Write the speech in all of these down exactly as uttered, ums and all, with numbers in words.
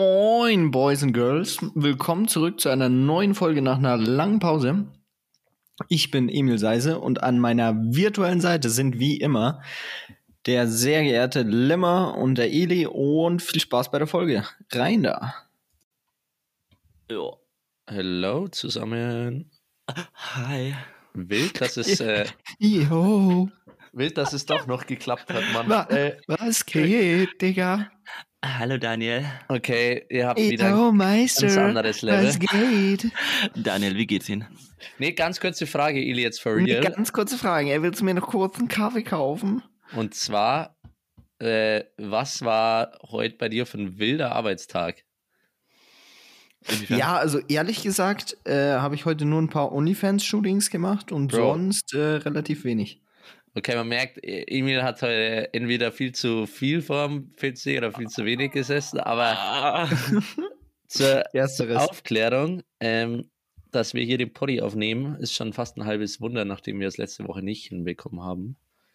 Moin, Boys and Girls. Willkommen zurück zu einer neuen Folge nach einer langen Pause. Ich bin Emil Seise und an meiner virtuellen Seite sind wie immer der sehr geehrte Lemmer und der Eli und viel Spaß bei der Folge. Rein da. Ja. Hello zusammen. Hi. Wild, dass es äh, Jo. wild, dass es doch noch geklappt hat, Mann. Wa- Äh, Was geht, Digga? Hallo Daniel. okay, ihr habt wieder Jo, ein Meister. ganz anderes Level. Was geht? Daniel, wie geht's Ihnen? Nee, ganz kurze Frage, Eli, jetzt for Eine real. ganz kurze Frage. Er will mir noch kurz einen Kaffee kaufen. Und zwar, äh, was war heute bei dir für ein wilder Arbeitstag? Inwiefern? Ja, also ehrlich gesagt äh, habe ich heute nur ein paar OnlyFans-Shootings gemacht und Bro. sonst äh, relativ wenig. Okay, man merkt, Emil hat heute entweder viel zu viel vorm P C oder viel zu wenig gesessen, aber Ah. zur Ersteres. Aufklärung, ähm, dass wir hier den Poddy aufnehmen, ist schon fast ein halbes Wunder, nachdem wir es letzte Woche nicht hinbekommen haben.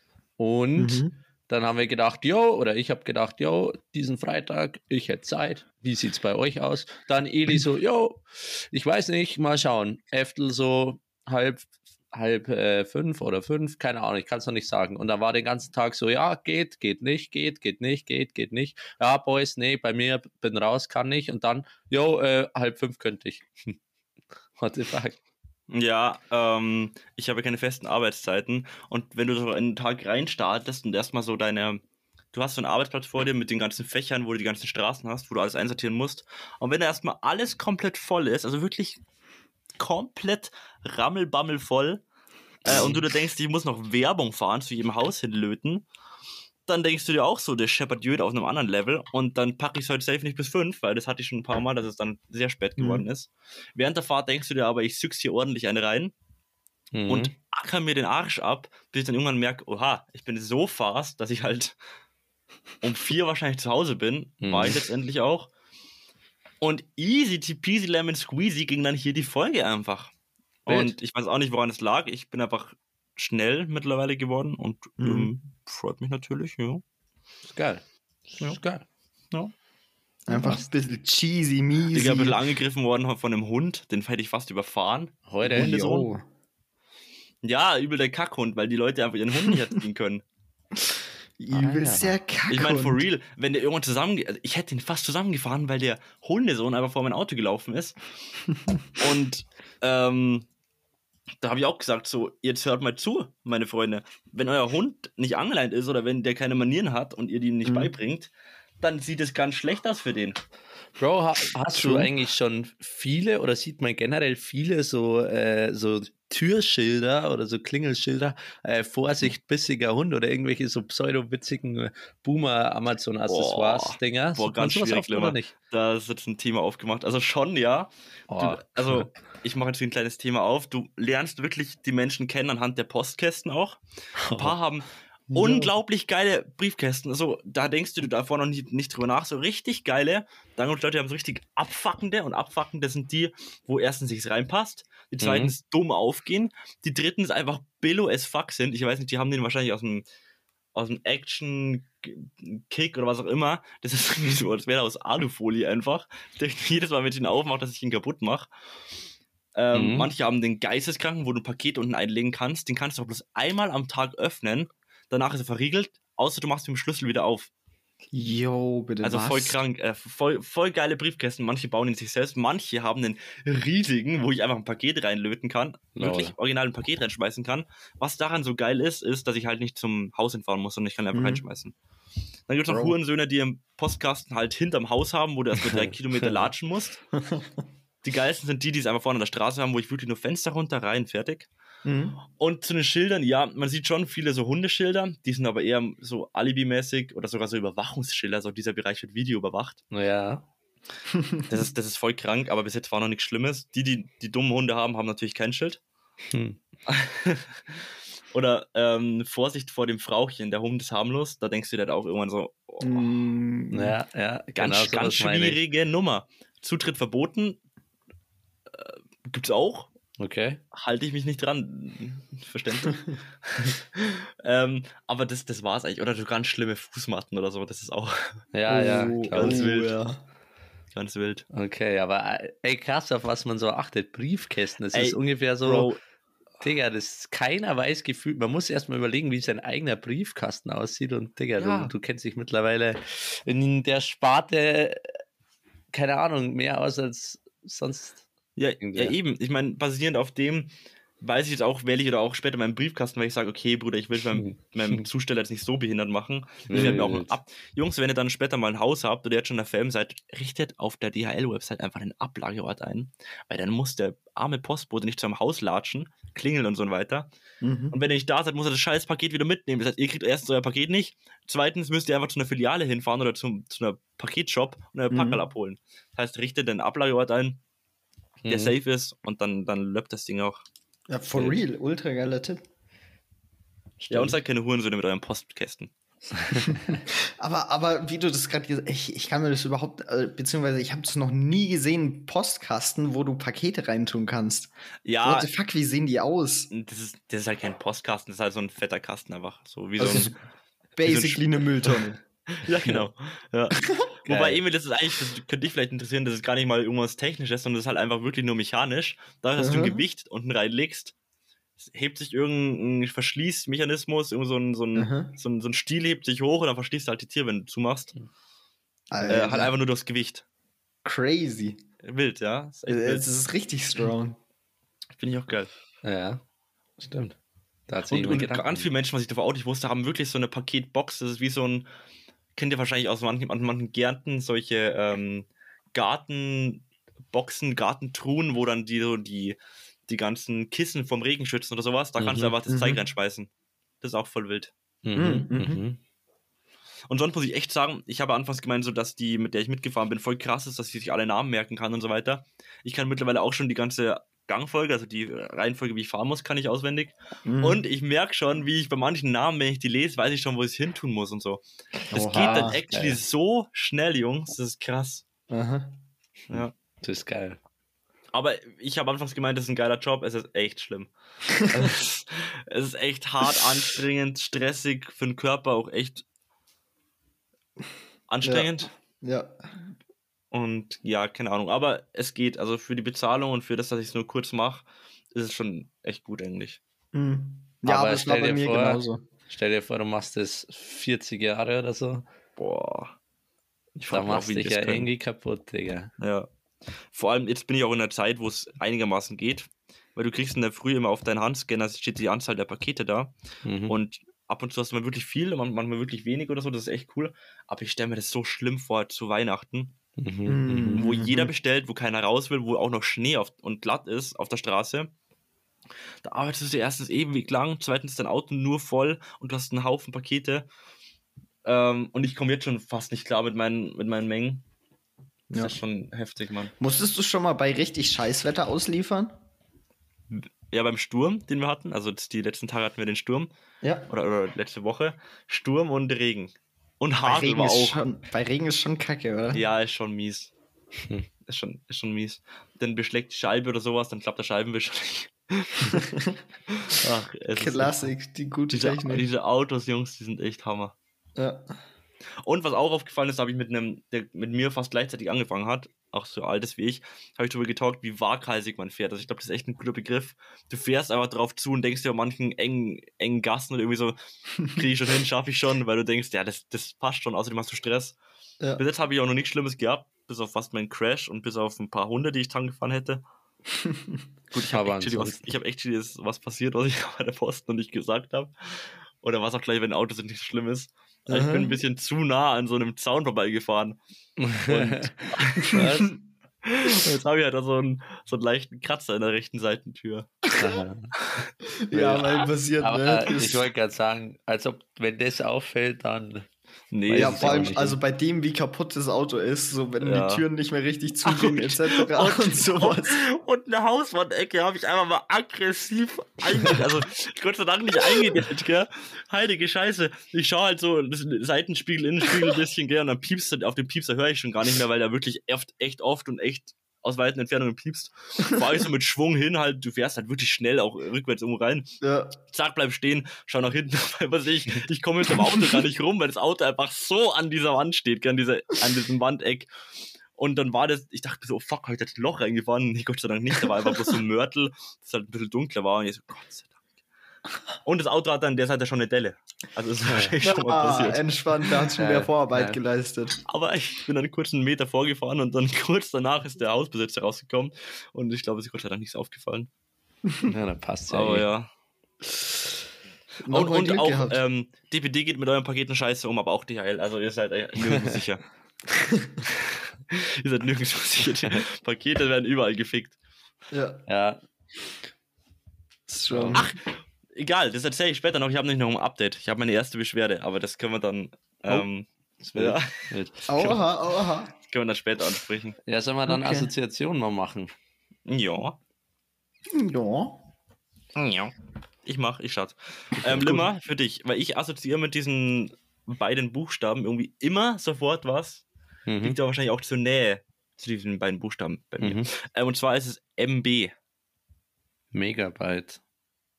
Und Mhm. dann haben wir gedacht, yo, oder ich habe gedacht, yo, diesen Freitag, ich hätte Zeit. Wie sieht's bei euch aus? Dann Eli so, yo, ich weiß nicht, mal schauen. Eftel so halb, halb äh, fünf oder fünf, keine Ahnung, ich kann es noch nicht sagen. Und dann war den ganzen Tag so, ja, geht, geht nicht, geht, geht nicht, geht, geht nicht. Ja, Boys, nee, bei mir bin raus, kann nicht. Und dann, yo, äh, halb fünf könnte ich. What the fuck? Ja, ähm, ich habe keine festen Arbeitszeiten und wenn du so einen Tag reinstartest und erstmal so deine, du hast so ein Arbeitsblatt vor dir mit den ganzen Fächern, wo du die ganzen Straßen hast, wo du alles einsortieren musst und wenn da erstmal alles komplett voll ist, also wirklich komplett rammelbammel voll äh, und du da denkst, ich muss noch Werbung fahren, zu jedem Haus hinlöten, dann denkst du dir auch so, der scheppert Jöd auf einem anderen Level und dann packe ich es heute safe nicht bis fünf, weil das hatte ich schon ein paar Mal, dass es dann sehr spät geworden Mhm. ist. Während der Fahrt denkst du dir aber, ich süchse hier ordentlich eine rein Mhm. und acker mir den Arsch ab, bis ich dann irgendwann merke, oha, ich bin so fast, dass ich halt um vier wahrscheinlich zu Hause bin, Mhm. war ich letztendlich auch. Und easy peasy lemon squeezy ging dann hier die Folge einfach. Wild. Und ich weiß auch nicht, woran es lag. Ich bin einfach schnell mittlerweile geworden und Mhm. ähm, freut mich natürlich, ja. Ist geil. Ja. Ist geil. ja. Einfach ein bisschen cheesy, Ich bin ein measy. bisschen angegriffen worden von einem Hund, den hätte ich fast überfahren. Heute? Hundesohn. Jo. Ja, übel der Kackhund, weil die Leute einfach ihren Hund nicht erziehen können. Übelst der Kackhund. Ich meine, for real, wenn der irgendwann zusammen, also ich hätte ihn fast zusammengefahren, weil der Hundesohn einfach vor mein Auto gelaufen ist. Und ähm, da habe ich auch gesagt, so, jetzt hört mal zu, meine Freunde. Wenn euer Hund nicht angeleint ist oder wenn der keine Manieren hat und ihr die nicht Mhm. beibringt, dann sieht es ganz schlecht aus für den. Bro, ha hast du True. eigentlich schon viele oder sieht man generell viele so, äh, so Türschilder oder so Klingelschilder, äh, Vorsicht, bissiger Hund oder irgendwelche so pseudo-witzigen Boomer-Amazon-Accessoires-Dinger? Boah, Sieht man ganz sowas schwierig, oft oder Limmer. nicht? Da ist jetzt ein Thema aufgemacht. Also schon, ja. Oh, Du, also, ich mache jetzt hier ein kleines Thema auf. Du lernst wirklich die Menschen kennen anhand der Postkästen auch. Ein paar haben unglaublich geile Briefkästen. Also, da denkst du davor noch nicht, nicht drüber nach. So richtig geile. Dann gibt es Leute, die haben so richtig abfuckende. Und abfuckende sind die, wo erstens sich's reinpasst. Die zweiten Mhm. ist dumm aufgehen. Die dritten ist einfach billow as fuck sind. Ich weiß nicht, die haben den wahrscheinlich aus dem aus dem Action-Kick oder was auch immer. Das ist irgendwie so, als wäre er aus Alufolie einfach. Ich denke jedes Mal, wenn ich ihn aufmache, dass ich ihn kaputt mache. Ähm, Mhm. Manche haben den Geisteskranken, wo du ein Paket unten einlegen kannst. Den kannst du auch bloß einmal am Tag öffnen. Danach ist er verriegelt, außer du machst ihn mit dem Schlüssel wieder auf. Jo, bitte Also was? voll krank, äh, voll, voll geile Briefkästen. Manche bauen ihn sich selbst, manche haben einen riesigen, wo ich einfach ein Paket reinlöten kann. Lol. Wirklich original ein Paket reinschmeißen kann. Was daran so geil ist, ist, dass ich halt nicht zum Haus hinfahren muss, sondern ich kann einfach Mhm. reinschmeißen. Dann gibt es noch Bro. Hurensöhne, die im Postkasten halt hinterm Haus haben, wo du erstmal drei Kilometer latschen musst. Die geilsten sind die, die es einfach vorne an der Straße haben, wo ich wirklich nur Fenster runter, rein, fertig. Mhm. Und zu den Schildern, ja, man sieht schon viele so Hundeschilder, die sind aber eher so alibimäßig oder sogar so Überwachungsschilder, so dieser Bereich wird Video überwacht. Ja. Das ist, das ist voll krank, aber bis jetzt war noch nichts Schlimmes. Die, die die dummen Hunde haben, haben natürlich kein Schild. Hm. Oder ähm, Vorsicht vor dem Frauchen, der Hund ist harmlos, da denkst du dir halt auch irgendwann so, oh, Mm. Ja, ja, ganz, genau ganz sowas meine ich. schwierige Nummer. Zutritt verboten, äh, gibt's auch. Okay. Halte ich mich nicht dran. Verständlich. ähm, aber das, das war's eigentlich. Oder so ganz schlimme Fußmatten oder so, das ist auch Ja, ja, Oh, klar. ganz oh, wild. ja. Ganz wild. Okay, aber äh, ey, krass, auf was man so achtet. Briefkästen, das Ey, ist ungefähr so, Bro, Digga, das keiner weiß gefühlt. Man muss erstmal überlegen, wie sein eigener Briefkasten aussieht. Und Digga, Ja. du, du kennst dich mittlerweile in der Sparte, keine Ahnung, mehr aus als sonst. ja, irgendwer. ja eben. Ich meine, basierend auf dem weiß ich jetzt auch, wähle ich oder auch später meinen Briefkasten, weil ich sage, okay, Bruder, ich will es meinem, meinem Zusteller jetzt nicht so behindert machen. Ich werde mir auch Wild. ab. Jungs, wenn ihr dann später mal ein Haus habt oder jetzt schon in der F A M seid, richtet auf der D H L-Website einfach einen Ablageort ein, weil dann muss der arme Postbote nicht zu einem Haus latschen, klingeln und so weiter. Mhm. Und wenn ihr nicht da seid, muss er das scheiß Paket wieder mitnehmen. Das heißt, ihr kriegt erstens euer Paket nicht, zweitens müsst ihr einfach zu einer Filiale hinfahren oder zum, zu einer Paketshop und euer Mhm. Packerl abholen. Das heißt, richtet den Ablageort ein, der Mhm. safe ist und dann, dann löppt das Ding auch. Ja, for real, ultra geiler Tipp. Ja, und seid keine Hurensöhne mit euren Postkästen. Aber, aber wie du das gerade gesagt hast, ich, ich kann mir das überhaupt, äh, beziehungsweise ich habe das noch nie gesehen, Postkasten, wo du Pakete reintun kannst. Ja, What the fuck, wie sehen die aus? das ist, das ist halt kein Postkasten, das ist halt so ein fetter Kasten einfach. So wie so Also ein. basically eine Mülltonne. Ja, genau. Ja. Wobei, Geil. Emil, das ist eigentlich, das könnte dich vielleicht interessieren, das ist gar nicht mal irgendwas Technisches, sondern das ist halt einfach wirklich nur mechanisch. Da, dass du ein Aha. Gewicht unten reinlegst, es hebt sich irgendein Verschließmechanismus, irgend so ein, so, ein, Aha. so, ein, so ein Stiel hebt sich hoch und dann verschließt du halt die Tür, wenn du zumachst. Äh, Alter, halt einfach nur durchs Gewicht. crazy. Wild, ja. Das ist echt Äh, wild. Das ist richtig strong. Finde ich auch geil. Ja, stimmt. Da hat sich Und, jemand und Gedanken ganz viele Menschen, was ich davor auch nicht wusste, haben wirklich so eine Paketbox. Das ist wie so ein, kennt ihr wahrscheinlich aus manchen, an manchen Gärten, solche ähm, Gartenboxen, Gartentruhen, wo dann die, so die, die ganzen Kissen vom Regen schützen oder sowas. Da kannst du Mhm, einfach das Zeug mhm. reinschmeißen. Das ist auch voll wild. Mhm, Mhm, mhm. Und sonst muss ich echt sagen, ich habe anfangs gemeint, so dass die, mit der ich mitgefahren bin, voll krass ist, dass ich sich alle Namen merken kann und so weiter. Ich kann mittlerweile auch schon die ganze Gangfolge, also die Reihenfolge, wie ich fahren muss, kann ich auswendig. Mhm. Und ich merke schon, wie ich bei manchen Namen, wenn ich die lese, weiß ich schon, wo ich es hin tun muss und so. Das Oha, geht dann actually geil. so schnell, Jungs. Das ist krass. Aha. Ja. Das ist geil. Aber ich habe anfangs gemeint, das ist ein geiler Job. Es ist echt schlimm. es, ist, es ist echt hart, anstrengend, stressig, für den Körper auch echt anstrengend. Ja. Und ja, keine Ahnung. Aber es geht. Also für die Bezahlung und für das, dass ich es nur kurz mache, ist es schon echt gut eigentlich. Mhm. Ja, Aber aber es war stell bei dir mir vor- genauso. Stell dir vor, du machst das vierzig Jahre oder so. Boah. Ich Da frag mich auch, machst wie du die dich das ja können. irgendwie kaputt, Digga. Ja. Vor allem, jetzt bin ich auch in einer Zeit, wo es einigermaßen geht, weil du kriegst in der Früh immer auf deinen Handscanner, steht die Anzahl der Pakete da Mhm. und ab und zu hast du mal wirklich viel, man- manchmal wirklich wenig oder so, das ist echt cool, aber ich stelle mir das so schlimm vor zu Weihnachten, Mhm. Mhm. Mhm. wo jeder bestellt, wo keiner raus will, wo auch noch Schnee auf, und glatt ist auf der Straße. Da arbeitest du erstens ewig lang, zweitens dein Auto nur voll und du hast einen Haufen Pakete. Ähm, und ich komme jetzt schon fast nicht klar mit meinen, mit meinen Mengen. Das Ja. ist schon heftig, Mann. Musstest du schon mal bei richtig Scheißwetter ausliefern? Ja, beim Sturm, den wir hatten, also das- die letzten Tage hatten wir den Sturm, Ja. oder, oder letzte Woche, Sturm und Regen. Und Bei Hagel Regen, war ist auch. schon, bei Regen ist schon kacke, oder? Ja, ist schon mies. Hm. Ist schon, ist schon mies. Dann beschlägt die Scheibe oder sowas, dann klappt der Scheibenwischer nicht. Ach, es ist Klassik, die gute Diese, Technik. diese Autos, Jungs, die sind echt Hammer. Ja. Und was auch aufgefallen ist, habe ich mit einem, der mit mir fast gleichzeitig angefangen hat, auch so alt ist wie ich, habe ich darüber getalkt, wie waghalsig man fährt. Also ich glaube, das ist echt ein guter Begriff. Du fährst einfach drauf zu und denkst dir bei manchen engen, engen Gassen oder irgendwie so, kriege ich schon hin, schaffe ich schon, weil du denkst, ja, das, das passt schon, außerdem hast du Stress. Ja. Bis jetzt habe ich auch noch nichts Schlimmes gehabt, bis auf fast meinen Crash und bis auf ein paar Hunde, die ich dran gefahren hätte. Gut, ich habe Aber actually, was, ansonsten- ich hab actually das, was passiert, was ich bei der Post noch nicht gesagt habe. Oder was auch gleich, wenn Autos nicht so schlimm ist. Aber ich Aha. bin ein bisschen zu nah an so einem Zaun vorbeigefahren. Was? Und jetzt habe ich halt da so einen, so einen leichten Kratzer in der rechten Seitentür. Aha. Ja, weil passiert, Aber ne? äh, Das- ich wollte gerade sagen, als ob, wenn das auffällt, dann. Nee, ja, das ist vor auch allem, nicht. also bei dem, wie kaputt das Auto ist, so wenn Ja. die Türen nicht mehr richtig zugehen, Und- et cetera und sowas. Und eine Hauswandecke habe ich einfach mal aggressiv eingedeckt. Also, Gott sei Dank nicht eingedeckt, gell? Heilige Scheiße. Ich schaue halt so, das Seitenspiegel, Innenspiegel ein bisschen, gell? Und dann piepst er, auf dem Piepser höre ich schon gar nicht mehr, weil der wirklich oft, echt oft und echt aus weiten Entfernungen piepst. Fahre ich so mit Schwung hin, halt, du fährst halt wirklich schnell auch rückwärts irgendwo rein. Ja. Zack, bleib stehen, schau nach hinten, weil was ich, ich komme mit dem Auto gar nicht rum, weil das Auto einfach so an dieser Wand steht, gell, an, dieser, an diesem Wandeck. Und dann war das, ich dachte so, oh fuck, habe ich da ein Loch reingefahren? Nee, Gott sei Dank nicht, da war einfach bloß so ein Mörtel, das halt ein bisschen dunkler war. Und ich so, Gott sei Dank. Und das Auto hat dann der Seite schon eine Delle. Also das ist wahrscheinlich schon mal Ah, passiert. entspannt, da hat schon wieder Äh, Vorarbeit äh. geleistet. Aber ich bin dann kurz einen Meter vorgefahren und dann kurz danach ist der Hausbesitzer rausgekommen. Und ich glaube, es ist Gott sei Dank nichts aufgefallen. Ja, dann passt ja. Aber eh. ja. Noch Und, mal und Glück auch gehabt. ähm, D P D geht mit euren Paketen scheiße um, aber auch D H L. Also ihr seid äh, nirgendwo sicher. Ihr seid nirgendwo sicher. Die Pakete werden überall gefickt. Ja, Ja, ist schon. Ach, egal, das erzähle ich später noch. Ich habe nicht noch ein Update. Ich habe meine erste Beschwerde, aber das können wir dann, ähm, das will ja, wild. Oha, oha. das können wir dann später ansprechen. Ja, sollen wir dann Okay. Assoziationen mal machen? Ja. Ja. Ja. Ich mach, ich schaut. Ähm, Limmer, für dich, weil ich assoziiere mit diesen beiden Buchstaben irgendwie immer sofort was. Mhm. Liegt aber wahrscheinlich auch zur Nähe zu diesen beiden Buchstaben bei mir. Mhm. Ähm, und zwar ist es M B. Megabyte.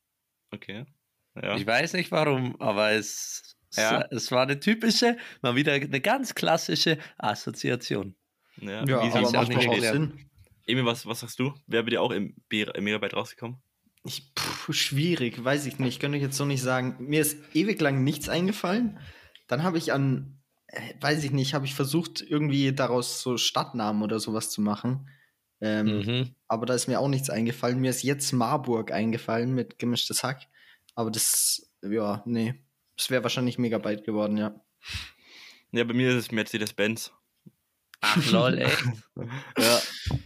Okay. Ja. Ich weiß nicht warum, aber es, Ja. es, es war eine typische, mal wieder eine ganz klassische Assoziation. ja, Ja, wie aber sieht's auch macht nicht doch auch erklärt. Sinn. Emil, was, was sagst du? Wäre bei dir auch im B- im Megabyte rausgekommen? Ich, pff, schwierig, weiß ich nicht. Könnte ich jetzt so nicht sagen. Mir ist ewig lang nichts eingefallen. Dann habe ich an, äh, weiß ich nicht, habe ich versucht, irgendwie daraus so Stadtnamen oder sowas zu machen. Ähm, Mhm. Aber da ist mir auch nichts eingefallen. Mir ist jetzt Marburg eingefallen mit gemischtes Hack. Aber das, ja, nee. Das wäre wahrscheinlich Megabyte geworden, ja. Ja, bei mir ist es Mercedes-Benz. Ach lol, echt? Ja.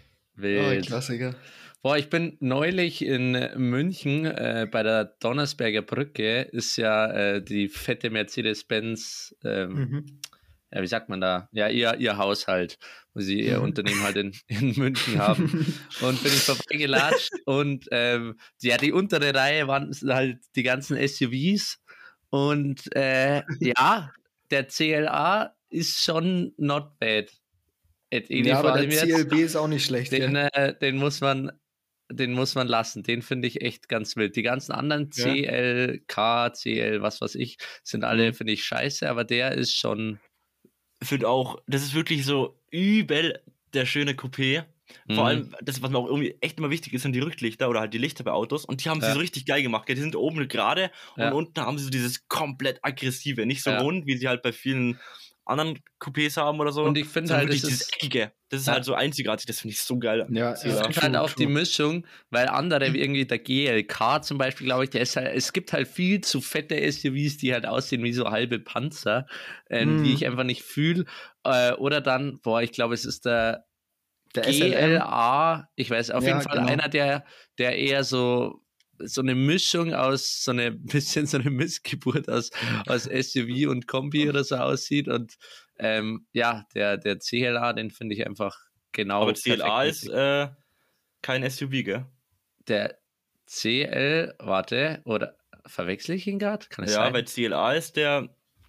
Wild. Oh, Klassiker. Boah, ich bin neulich in München äh, bei der Donnersberger Brücke, ist ja äh, die fette Mercedes-Benz, ähm, Mhm. ja, wie sagt man da? Ja, ihr, ihr Haushalt, wo sie ihr Mhm. Unternehmen halt in, in München haben. Und bin ich vorbeigelatscht und ähm, ja, die untere Reihe waren halt die ganzen S U Vs und äh, ja, der C L A ist schon not bad. Et Eli Ja, vor aber der allem C jetzt. L B ist auch nicht schlecht. Den, gell? äh, den muss man, den muss man lassen. Den finde ich echt ganz wild. Die ganzen anderen C L K, C L, was weiß ich, sind alle, Mhm. finde ich, scheiße, aber der ist schon. Ich finde auch, das ist wirklich so übel der schöne Coupé. Vor Mhm. allem, das, was mir auch irgendwie echt immer wichtig ist, sind die Rücklichter oder halt die Lichter bei Autos. Und die haben sie Ja. so richtig geil gemacht. Gell? Die sind oben gerade und Ja. unten haben sie so dieses komplett aggressive. Nicht so Ja. rund, wie sie halt bei vielen anderen Coupés haben oder so. Und ich finde sondern halt, wirklich es dieses ist- Eckige. Das ist Ja. halt so einzigartig. Das finde ich so geil. Ja, C Ich L A. ja. finde halt True, auch die true. Mischung, weil andere, wie irgendwie der G L K zum Beispiel, glaube ich, der ist halt, es gibt halt viel zu fette S U Vs, die halt aussehen wie so halbe Panzer, ähm, Mhm. die ich einfach nicht fühle. Äh, oder dann, boah, ich glaube, es ist der Der G S L L M. A, ich weiß, auf Ja, jeden Fall genau. einer, der, der eher so, so eine Mischung aus, so eine bisschen so eine Missgeburt aus, aus S U V und Kombi oder so aussieht. Und ähm, ja, der, der C L A, den finde ich einfach genau. Aber C L A perfekt ist richtig. äh, kein S U V, gell? Der C L, warte, oder verwechsel ich ihn gerade? Kann es Ja, sein? weil C L A ist der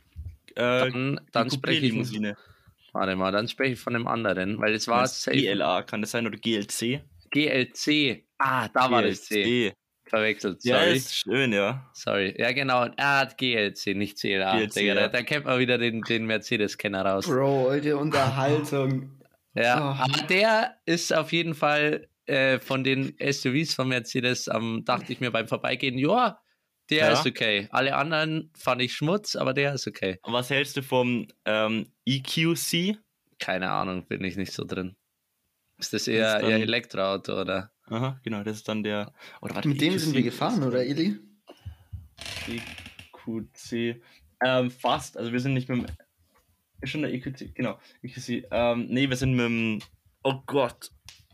äh, Dann, dann die spreche ich, Coupé-Limousine. warte mal, dann spreche ich von dem anderen, weil es war safe. G L A, kann das sein? Oder G L C? G L C. Ah, da war das C. G L C. Verwechselt, Ja, sorry. ist schön, ja. Sorry. Ja, genau. Er hat G L C, nicht C L A. G L C, Digga, ja. da, da kennt man wieder den, den Mercedes-Kenner raus. Bro, eure Unterhaltung. Ja, Oh. aber der ist auf jeden Fall äh, von den S U Vs von Mercedes, ähm, dachte ich mir beim Vorbeigehen, ja, der Ja. ist okay. Alle anderen fand ich Schmutz, aber der ist okay. Und was hältst du vom ähm, E Q C? Keine Ahnung, bin ich nicht so drin. Ist das eher, Das ist eher dann- Elektroauto oder? Aha, genau, das ist dann der. Oder warte, Mit dem sind wir E Q C gefahren, ist oder, Eli? E Q C. Ähm, fast, also wir sind nicht mit dem. Ist schon der E Q C, genau. E Q C. Ähm, nee, wir sind mit dem. Oh Gott.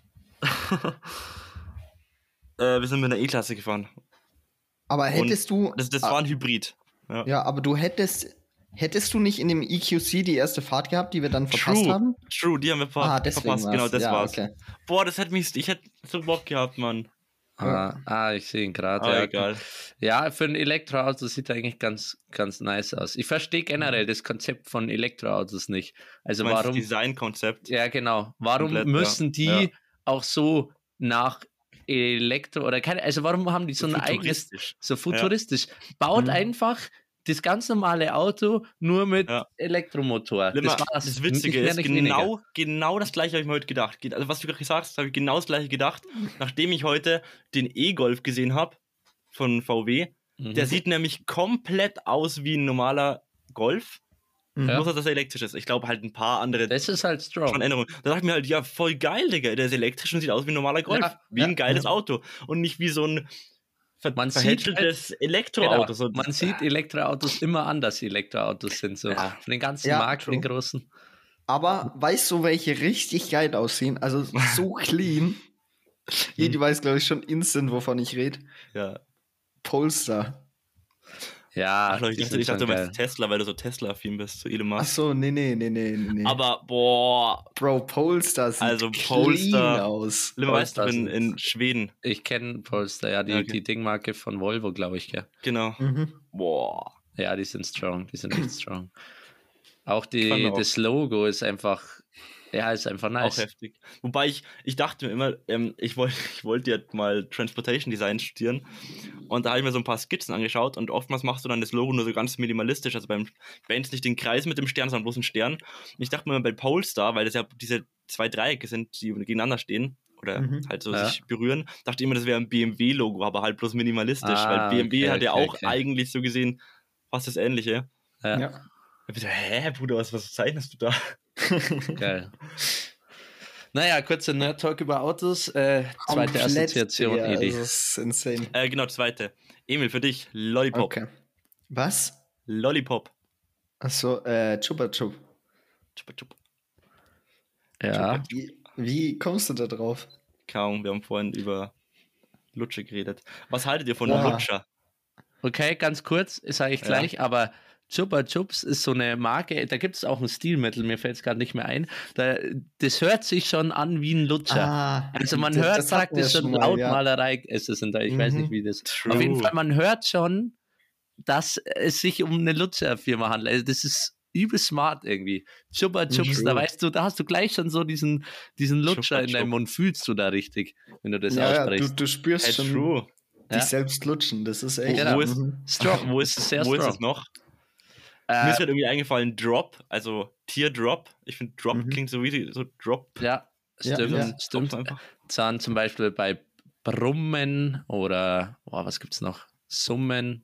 äh, wir sind mit einer E-Klasse gefahren. Aber hättest du. Das, das ah, war ein Hybrid. Ja. Ja, aber du hättest. Hättest du nicht in dem E Q C die erste Fahrt gehabt, die wir dann verpasst True, haben? true, die haben wir ver Ah, deswegen verpasst. war's. Genau, das ja, war's. Okay. Boah, das hätte mich. Ich hätte so Bock gehabt, Mann. Ah, ah, ich sehe ihn gerade. Ah, ja. egal. Ja, für ein Elektroauto sieht er eigentlich ganz, ganz nice aus. Ich verstehe generell das Konzept von Elektroautos nicht. Also Du meinst warum? das Designkonzept? Ja, genau. Warum Komplett, müssen ja. die Ja. auch so nach Elektro oder keine, also warum haben die so ein eigenes, Futuristisch. so futuristisch? Baut Mhm. einfach das ganz normale Auto, nur mit Ja. Elektromotor. Limmer, Das war's. das Witzige Nicht mehr, ist, nicht weniger. genau, genau das gleiche habe ich mir heute gedacht. Ge- Also was du gerade gesagt hast, habe ich genau das gleiche gedacht, nachdem ich heute den E-Golf gesehen habe von V W. Mhm. Der sieht nämlich komplett aus wie ein normaler Golf, Mhm. Ja. bloß dass er elektrisch ist. Ich glaube halt ein paar andere Das ist halt strong. schon Änderungen. Da dachte ich mir halt, ja, voll geil, Digga. Der ist elektrisch und sieht aus wie ein normaler Golf. Ja, wie ja, ein geiles ja. Auto. Und nicht wie so ein ver Man sieht verhätscheltes Genau. Elektroauto. So, Man sieht Elektroautos immer anders, Elektroautos sind so. Ja. Von den ganzen Ja, Marken, die true. großen. Aber weißt du, welche richtig geil aussehen? Also so clean. Jedi weiß, glaube ich, schon instant, wovon ich rede. ja. Polestar. Ja, Ach, Leute, ich die dachte, sind ich dachte, schon du geil. meinst Tesla, weil du so Tesla-affin bist, so Elon Ach Musk. so, nee, nee, nee, nee, nee. nee. Aber, boah. Bro, Polestar sieht Also, clean Polestar- aus. Limmer, weißt du, Polestar in, sind- in Schweden. Ich kenne Polestar, ja, die, Ja, okay. die Dingmarke von Volvo, glaube ich, gell? Genau. Mhm. Boah. Ja, die sind strong, die sind echt strong. Auch Fand die, auch. das Logo ist einfach, ja, ist einfach nice. Auch heftig. Wobei ich, ich dachte mir immer, ähm, ich wollte ich wollte ja mal Transportation Design studieren und da habe ich mir so ein paar Skizzen angeschaut und oftmals machst du dann das Logo nur so ganz minimalistisch, also beim beendest nicht den Kreis mit dem Stern, sondern bloß einen Stern. Und ich dachte mir immer bei Polestar, weil das ja diese zwei Dreiecke sind, die gegeneinander stehen oder Mhm. halt so Ja. sich berühren, dachte ich immer, das wäre ein B M W-Logo, aber halt bloß minimalistisch, Ah, weil B M W okay, hat ja okay, auch okay. eigentlich so gesehen fast das Ähnliche. Ja, Ja. Ich bin so, hä, Bruder, was, was zeichnest du da? geil. Naja, kurzer Nerd-Talk über Autos. Äh, zweite Komplett, Assoziation, Digga, Edi. also, das ist insane. Äh, genau, zweite. Emil, für dich, Lollipop. Okay. Was? Lollipop. Achso, äh, Chupa Chup. Chupa Chup. Ja, Wie, wie kommst du da drauf? Kaum, wir haben vorhin über Lutsche geredet. Was haltet ihr von Oha. Lutscher? okay, ganz kurz, sage ich Ja. gleich, aber Chupa Chups ist so eine Marke, da gibt es auch ein Stilmittel, mir fällt es gerade nicht mehr ein. Da, das hört sich schon an wie ein Lutscher. Ah, Also man das- hört das hatten wir praktisch schon mal, ja. Lautmalerei, ist es in der, ich weiß Mhm. nicht wie das. True. Auf jeden Fall, man hört schon, dass es sich um eine Lutscherfirma handelt. Also das ist übel smart irgendwie. Chupa Chups, Mhm. da weißt du, da hast du gleich schon so diesen, diesen Lutscher Chupa in deinem Chup. Mund, fühlst du da richtig, wenn du das Ja, ja, du, aussprichst. du spürst Hey, schon true. dich Ja. selbst lutschen. Das ist echt. Genau. Wo ist, Mhm. Strong, wo ist, sehr wo ist strong. es noch? Äh, Mir ist gerade irgendwie eingefallen, Drop, also Teardrop. Ich finde, Drop Mhm. klingt so wie so Drop. ja, Ja, stimmt, ja. stimmt. Tropfen einfach. Dann zum Beispiel bei Brummen oder, boah, was gibt's noch? Summen.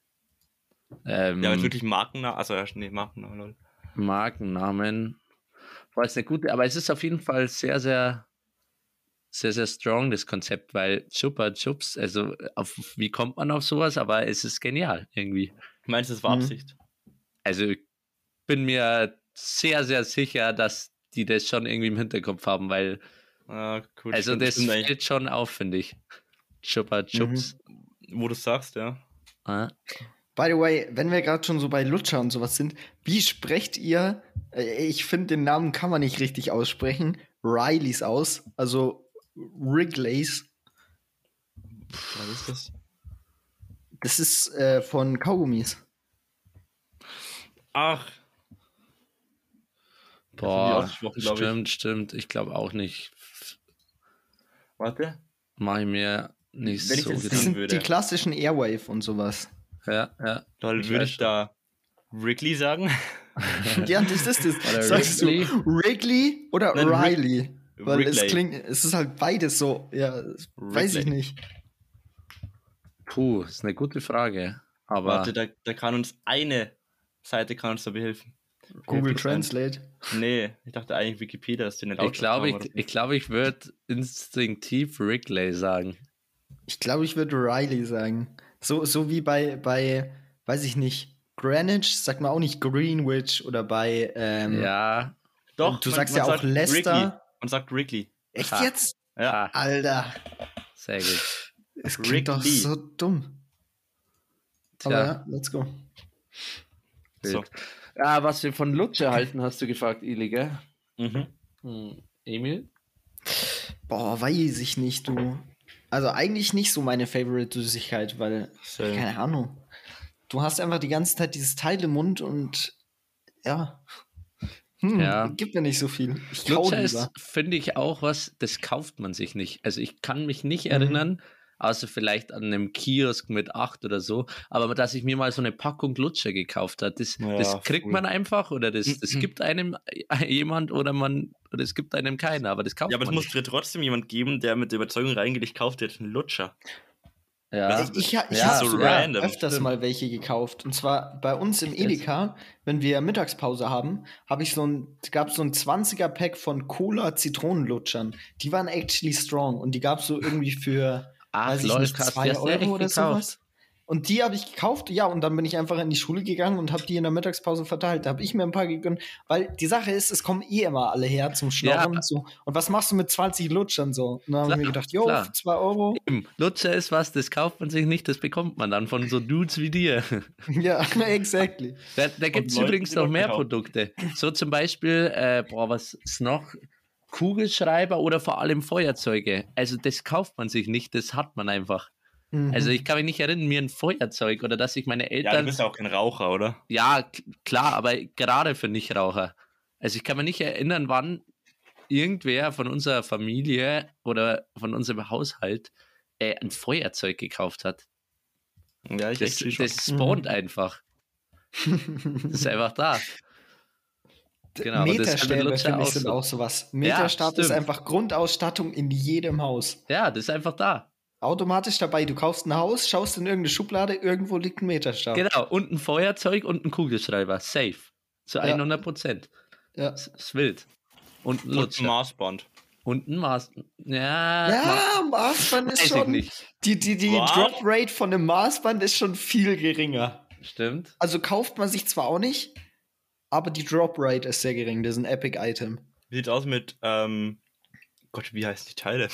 Ähm, Ja, aber wirklich Markennamen. Also, ja, nee, Markennamen, lol. Markennamen. Boah, ist eine gute, aber es ist auf jeden Fall sehr, sehr, sehr, sehr strong, das Konzept, weil Chupa Chups, also auf, wie kommt man auf sowas? Aber es ist genial irgendwie. Meinst du, das war Mhm. Absicht? Also ich bin mir sehr, sehr sicher, dass die das schon irgendwie im Hinterkopf haben, weil, Ah, cool. also stimmt, das stimmt eigentlich. fällt schon auf, finde ich. Chupa Chups. Wo du sagst, ja. Ah. By the way, wenn wir gerade schon so bei Lutscher und sowas sind, wie sprecht ihr, äh, ich finde, den Namen kann man nicht richtig aussprechen, Rileys aus, also Wrigley's. Was ist das? Das ist äh, von Kaugummis. Ach, Boah, ausgesprochen, glaub ich. stimmt, stimmt. Ich glaube auch nicht. warte. Mache ich mir nicht Wenn ich so das Das Dann sind würde- die klassischen Airwave und sowas. Ja, ja. Lol, Ich würde weiß ich da Wrigley sagen? Ja, das ist es. Oder Sagst Wrigley? du Wrigley oder Nein, Wrig- Riley? Weil es Wrigley. klingt, es ist halt beides so, ja, weiß ich Wrigley. nicht. Puh, ist eine gute Frage. Aber Warte, da, da kann uns eine Seite kann uns da behelfen. Google Hilft uns Translate. ein. Nee, ich dachte eigentlich Wikipedia, dass die nicht ich glaube, ich, oder so. ich, glaub, ich würde instinktiv Wrigley sagen. Ich glaube, ich würde Riley sagen. So, so wie bei, bei, weiß ich nicht, Greenwich, sagt man auch nicht Greenwich oder bei, ähm, Ja. Doch, du man- sagst man ja auch sagt Leicester. Wrigley. Man sagt Wrigley. echt Ha. jetzt? Ja. Ah, Alter, sehr gut. es klingt doch Wrigley. so dumm. Aber Tja, ja, let's go. So. wild. Ja, was wir von Lutscher halten, hast du gefragt, Ili, gell? Mhm. Hm. Emil? Boah, weiß ich nicht, du. Also eigentlich nicht so meine Favorite-Süßigkeit, weil, Same. keine Ahnung. Du hast einfach die ganze Zeit dieses Teil im Mund und ja. Hm, Ja. gibt mir nicht so viel. Ich kau Lutscher lieber. ist, finde ich, auch was, das kauft man sich nicht. Also ich kann mich nicht Mhm. erinnern, außer vielleicht an einem Kiosk mit acht oder so. Aber dass ich mir mal so eine Packung Lutscher gekauft habe, das, Ja, das kriegt voll. man einfach oder das, das gibt einem jemand oder man oder es gibt einem keiner, aber das kauft Ja, aber es man muss dir trotzdem jemand geben, der mit der Überzeugung reingeht, ich kaufe dir jetzt einen Lutscher. Ja, Das Ich, ich, ich Ja, habe so ja, random. öfters Stimmt. mal welche gekauft. Und zwar bei uns im Echt jetzt? Edeka, wenn wir Mittagspause haben, habe ich so ein, gab so ein zwanziger-Pack von Cola-Zitronenlutschern. Die waren actually strong und die gab es so irgendwie für, Ach, weiß ich lol, nicht, krass, die zwei hast du ja Euro echt oder gekauft. sowas. Und die habe ich gekauft, ja, und dann bin ich einfach in die Schule gegangen und habe die in der Mittagspause verteilt. Da habe ich mir ein paar gegönnt, weil die Sache ist, es kommen eh immer alle her zum Schnorren. Ja. So. Und was machst du mit zwanzig Lutschern so? Und dann habe ich mir Klar, gedacht, jo, klar. für zwei Euro. Eben, Lutscher ist was, das kauft man sich nicht, das bekommt man dann von so Dudes wie dir. Ja, exactly. Da, da gibt es Leuten, übrigens die noch Leute mehr kaufen. Produkte. So zum Beispiel, äh, boah, was ist noch? Kugelschreiber oder vor allem Feuerzeuge. Also das kauft man sich nicht, das hat man einfach. Also ich kann mich nicht erinnern, mir ein Feuerzeug oder dass ich meine Ja, du Eltern... bist ja auch kein Raucher, oder? Ja, k- klar, aber gerade für Nichtraucher. Also ich kann mich nicht erinnern, wann irgendwer von unserer Familie oder von unserem Haushalt äh, ein Feuerzeug gekauft hat. Ja, ich Das, echt schon. das spawnt einfach. Das ist einfach da. Genau, und das kann der Meterstäbe, Lutscher finde ich, auch sind so. auch sowas. Meterstab ist stimmt. einfach Grundausstattung in jedem Haus. Ja, das ist einfach da. Automatisch dabei. Du kaufst ein Haus, schaust in irgendeine Schublade, irgendwo liegt ein Meterstab. Genau, und ein Feuerzeug und ein Kugelschreiber. Safe. Zu Ja. hundert Prozent. Ja, Das ist wild. Und ein Und ein Lutscher. Maßband. Und ein Maß. Ja, ja Maßband ist weiß ich schon. nicht. Die, die, die Was? Drop Rate von einem Maßband ist schon viel geringer. Stimmt. Also kauft man sich zwar auch nicht, aber die Drop Rate ist sehr gering. Das ist ein Epic Item. Wie sieht's aus mit, ähm, Gott, wie heißen die Teile?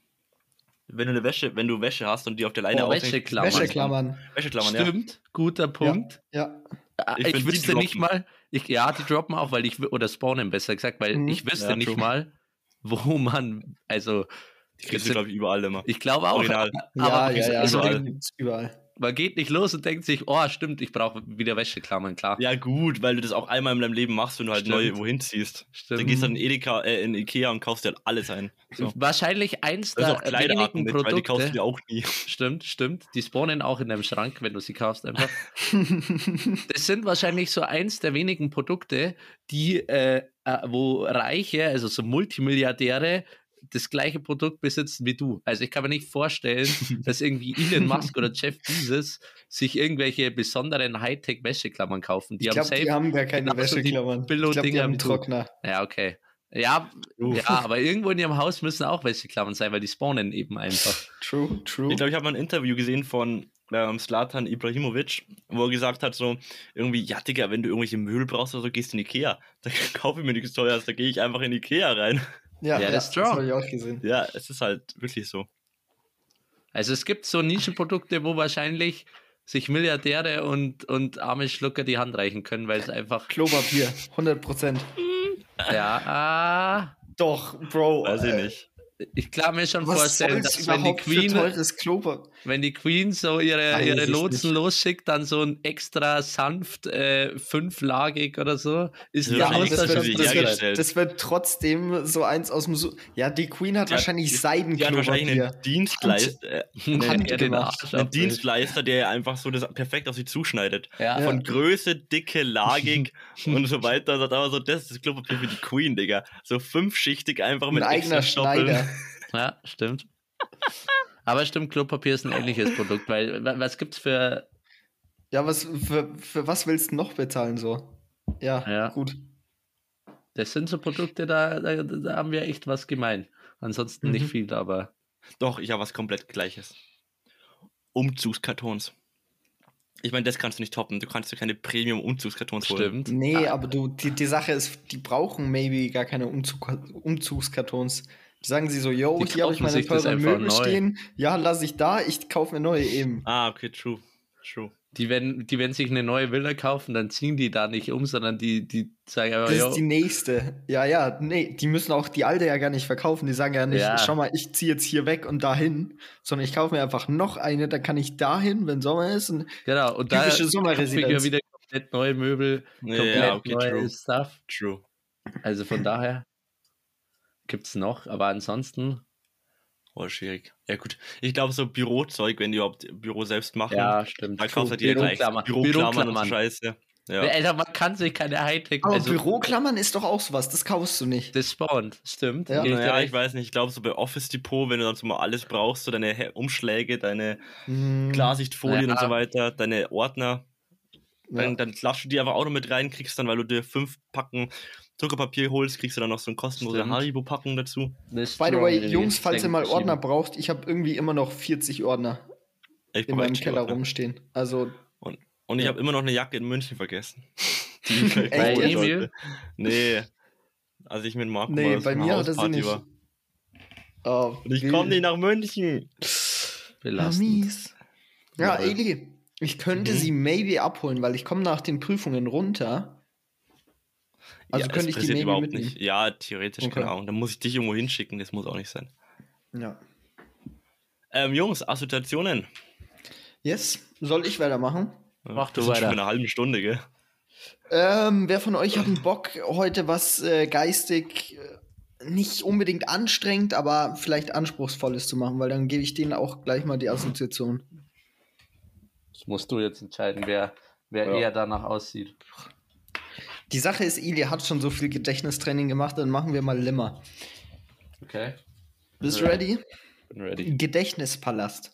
Wenn du eine Wäsche, wenn du Wäsche hast und die auf der Leine Oh, aufhängst. Wäscheklammern. Wäscheklammern. Wäscheklammern, ja. Stimmt, guter Punkt. Ja. Ah, Ich Ich, find, die wüsste nicht droppen. mal, ich, ja, die droppen auch, weil ich, oder spawnen besser gesagt, weil Mhm. ich wüsste Ja, nicht true. mal, wo man, also, Die kriegst du, glaube ich, überall immer. ich glaube auch, Original. aber ja, man, ja, ja. also, überall. Gibt's überall. man geht nicht los und denkt sich, oh, stimmt, ich brauche wieder Wäscheklammern, klar. Ja, gut, weil du das auch einmal in deinem Leben machst, wenn du halt Stimmt. neu wohin ziehst. Stimmt. Dann gehst du in Edeka, äh, in Ikea und kaufst dir halt alles ein. So. Wahrscheinlich eins Da ist der auch Kleiderarten wenigen mit, weil die kaufst du Produkte. dir auch nie. Stimmt, stimmt. Die spawnen auch in deinem Schrank, wenn du sie kaufst einfach. Das sind wahrscheinlich so eins der wenigen Produkte, die, äh, äh, wo Reiche, also so Multimilliardäre, das gleiche Produkt besitzen wie du. Also ich kann mir nicht vorstellen, dass irgendwie Elon Musk oder Jeff Bezos sich irgendwelche besonderen Hightech-Wäscheklammern kaufen. Die Ich haben glaube, safe die haben gar keine genauso die Wäscheklammern. Ich glaube, die Billo-Dinger haben wie einen du. Trockner. Ja, okay. Ja, Uh. ja, aber irgendwo in ihrem Haus müssen auch Wäscheklammern sein, weil die spawnen eben einfach. True, true. Ich glaube, ich habe mal ein Interview gesehen von ähm, Zlatan Ibrahimovic, wo er gesagt hat, so irgendwie, ja, Digga, wenn du irgendwelche Möbel brauchst oder so, gehst du in Ikea. Da kaufe ich mir nichts Teures, da gehe ich einfach in Ikea rein. ja, Ja, ja, das ist das strong. habe ich auch gesehen. Ja, es ist halt wirklich so. Also es gibt so Nischenprodukte, wo wahrscheinlich sich Milliardäre und, und arme Schlucker die Hand reichen können, weil es einfach, Klopapier, hundert Prozent. ja, Doch, Bro. Weiß ich äh, nicht. ich kann mir schon Was vorstellen, soll's dass wenn die überhaupt für Queen, teures Klopapier? wenn die Queen so ihre, Weiß ihre ich Lotsen nicht. losschickt, dann so ein extra sanft äh, fünflagig oder so, ist Ja, der aber muss das da wird schon wie drin sein. hergestellt. Das wird trotzdem so eins aus dem. Su ja, die Queen hat Die hat- wahrscheinlich Die hat wahrscheinlich Seidenklopapier. einen Dienstleister, äh, Hand Der den gemacht. Arsch einen abwischt. Dienstleister, der einfach so das perfekt auf sie zuschneidet. Ja. Von Größe, Dicke, lagig und so weiter. Sagt aber so, das ist das Klopapier für die Queen, Digga. So fünfschichtig einfach Ein mit eigener extra Stoppeln. Schneider. Ja, stimmt. Aber stimmt, Klopapier ist ein ähnliches Produkt, weil wa- was gibt's für, Ja, was, für, für was willst du noch bezahlen so? Ja, Ja. gut. das sind so Produkte, da, da, da haben wir echt was gemein. Ansonsten nicht Mhm. viel, aber Doch, ich habe was komplett Gleiches. Umzugskartons. Ich meine, das kannst du nicht toppen. Du kannst dir keine Premium-Umzugskartons holen. stimmt. Nee, Ah, aber du, die, die Sache ist, die brauchen maybe gar keine Umzug, Umzugskartons. Die sagen sie so, yo, Die hier habe ich kaufen meine sich das teuren einfach Möbel neu. stehen. Ja, lasse ich da, ich kaufe mir neue eben. Ah, okay, true. True. Die, wenn, die, wenn sich eine neue Villa kaufen, dann ziehen die da nicht um, sondern die, die sagen einfach, Das jo, ist die nächste. Ja, ja, nee, die müssen auch die alte ja gar nicht verkaufen. Die sagen ja nicht, Ja. schau mal, ich ziehe jetzt hier weg und dahin, sondern ich kaufe mir einfach noch eine, dann kann ich dahin, wenn Sommer ist. Und genau. Und da typische kaufe ich ja Sommerresidenz. wieder komplett neue Möbel, Ja, komplett okay, neue true. Stuff. True. Also von daher gibt's noch, aber ansonsten, Voll schwierig. Ja gut, ich glaube so Bürozeug, wenn die überhaupt Büro selbst machen. Ja, stimmt. Da kaufst du dir gleich Büroklammer. Büroklammern und so Scheiße. Ja. Alter, man kann sich keine Hightech... Aber also, Büroklammern ist doch auch sowas, das kaufst du nicht. das spawnt, stimmt. Ja. Geh ich dir Naja, recht. ich weiß nicht, ich glaube so bei Office Depot, wenn du dann so mal alles brauchst, so deine He- Umschläge, deine Hm, Klarsichtfolien Ja. und so weiter, deine Ordner, dann, ja. dann klatschst du die einfach auch noch mit rein, kriegst dann, weil du dir fünf Packen Zuckerpapier holst, kriegst du dann noch so ein kostenlose Stimmt. Haribo-Packung dazu. Das By the Strong way, Energy Jungs, falls ihr mal verschieben. Ordner braucht, ich habe irgendwie immer noch vierzig Ordner Ich in brauch meinem echt Keller Ordner. rumstehen. Also, Und, und ich Ja. habe immer noch eine Jacke in München vergessen. Die ich gleich Echt holen jetzt? sollte. Nee, als ich mit Marco nee, mal bei auf mir hat er sie Hausparty nicht. war. Oh, Und ich wild. komme nicht nach München. Ja, Belastend. mies. Ja, Ja. Eli, ich könnte Mhm. sie maybe abholen, weil ich komme nach den Prüfungen runter. Also ja, könnte das ich die passiert maybe überhaupt mitnehmen. nicht. Ja, theoretisch, Okay. keine Ahnung. Dann muss ich dich irgendwo hinschicken, das muss auch nicht sein. Ja. Ähm, Jungs, Assoziationen. Yes, soll ich weitermachen? Ja, Mach du wir sind schon weiter. bei einer halben Stunde, gell? Ähm, wer von euch hat einen Bock, heute was äh, geistig äh, nicht unbedingt anstrengend, aber vielleicht anspruchsvolles zu machen, weil dann gebe ich denen auch gleich mal die Assoziation. Das musst du jetzt entscheiden, wer, wer Ja. eher danach aussieht. Die Sache ist, Eli hat schon so viel Gedächtnistraining gemacht, dann machen wir mal Limmer. Okay. Bist du Ja. ready? Bin ready. Gedächtnispalast.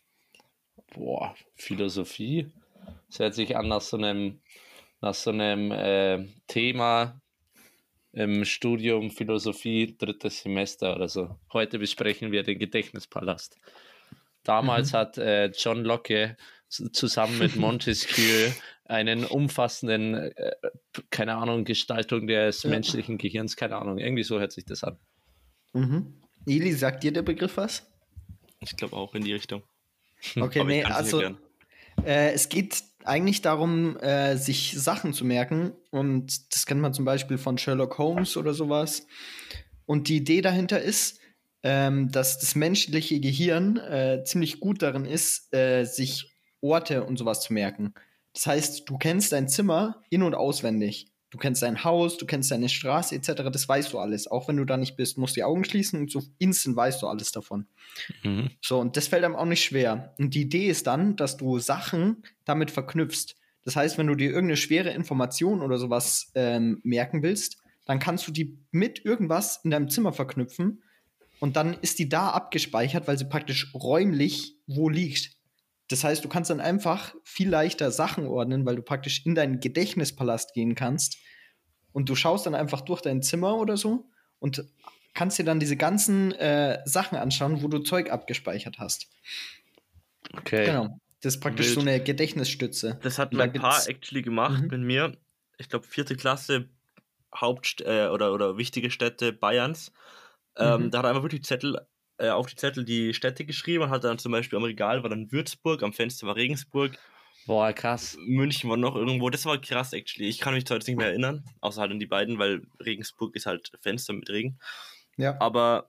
Boah, Philosophie. Das hört sich an nach so einem, nach so einem äh, Thema im Studium Philosophie, drittes Semester oder so. Heute besprechen wir den Gedächtnispalast. Damals Mhm. hat äh, John Locke s- zusammen mit Montesquieu einen umfassenden, äh, keine Ahnung, Gestaltung des Ja. menschlichen Gehirns, keine Ahnung, irgendwie so hört sich das an. Mhm. Eli, sagt dir der Begriff was? Ich glaube auch in die Richtung. Okay, Aber ich nee, kann's nicht also erklären. äh, es geht eigentlich darum, äh, sich Sachen zu merken. Und das kennt man zum Beispiel von Sherlock Holmes oder sowas. Und die Idee dahinter ist, ähm, dass das menschliche Gehirn äh, ziemlich gut darin ist, äh, sich Orte und sowas zu merken. Das heißt, du kennst dein Zimmer in- und auswendig. Du kennst dein Haus, du kennst deine Straße et cetera. Das weißt du alles. Auch wenn du da nicht bist, musst du die Augen schließen und so instant weißt du alles davon. Mhm. So, und das fällt einem auch nicht schwer. Und die Idee ist dann, dass du Sachen damit verknüpfst. Das heißt, wenn du dir irgendeine schwere Information oder sowas ähm, merken willst, dann kannst du die mit irgendwas in deinem Zimmer verknüpfen und dann ist die da abgespeichert, weil sie praktisch räumlich wo liegt. Das heißt, du kannst dann einfach viel leichter Sachen ordnen, weil du praktisch in deinen Gedächtnispalast gehen kannst und du schaust dann einfach durch dein Zimmer oder so und kannst dir dann diese ganzen äh, Sachen anschauen, wo du Zeug abgespeichert hast. Okay. Genau. Das ist praktisch Wild. so eine Gedächtnisstütze. Das hat Und da mein Paar gibt's- actually gemacht Mhm. mit mir. Ich glaube, vierte Klasse Haupt- äh, oder, oder wichtige Städte Bayerns. Ähm, Mhm. Da hat er einfach wirklich Zettel, äh, auf die Zettel die Städte geschrieben und hat dann zum Beispiel am Regal war dann Würzburg, am Fenster war Regensburg, Boah, krass. München war noch irgendwo. Das war krass, actually. Ich kann mich zwar jetzt nicht mehr erinnern, außer halt an die beiden, weil Regensburg ist halt Fenster mit Regen. Ja. Aber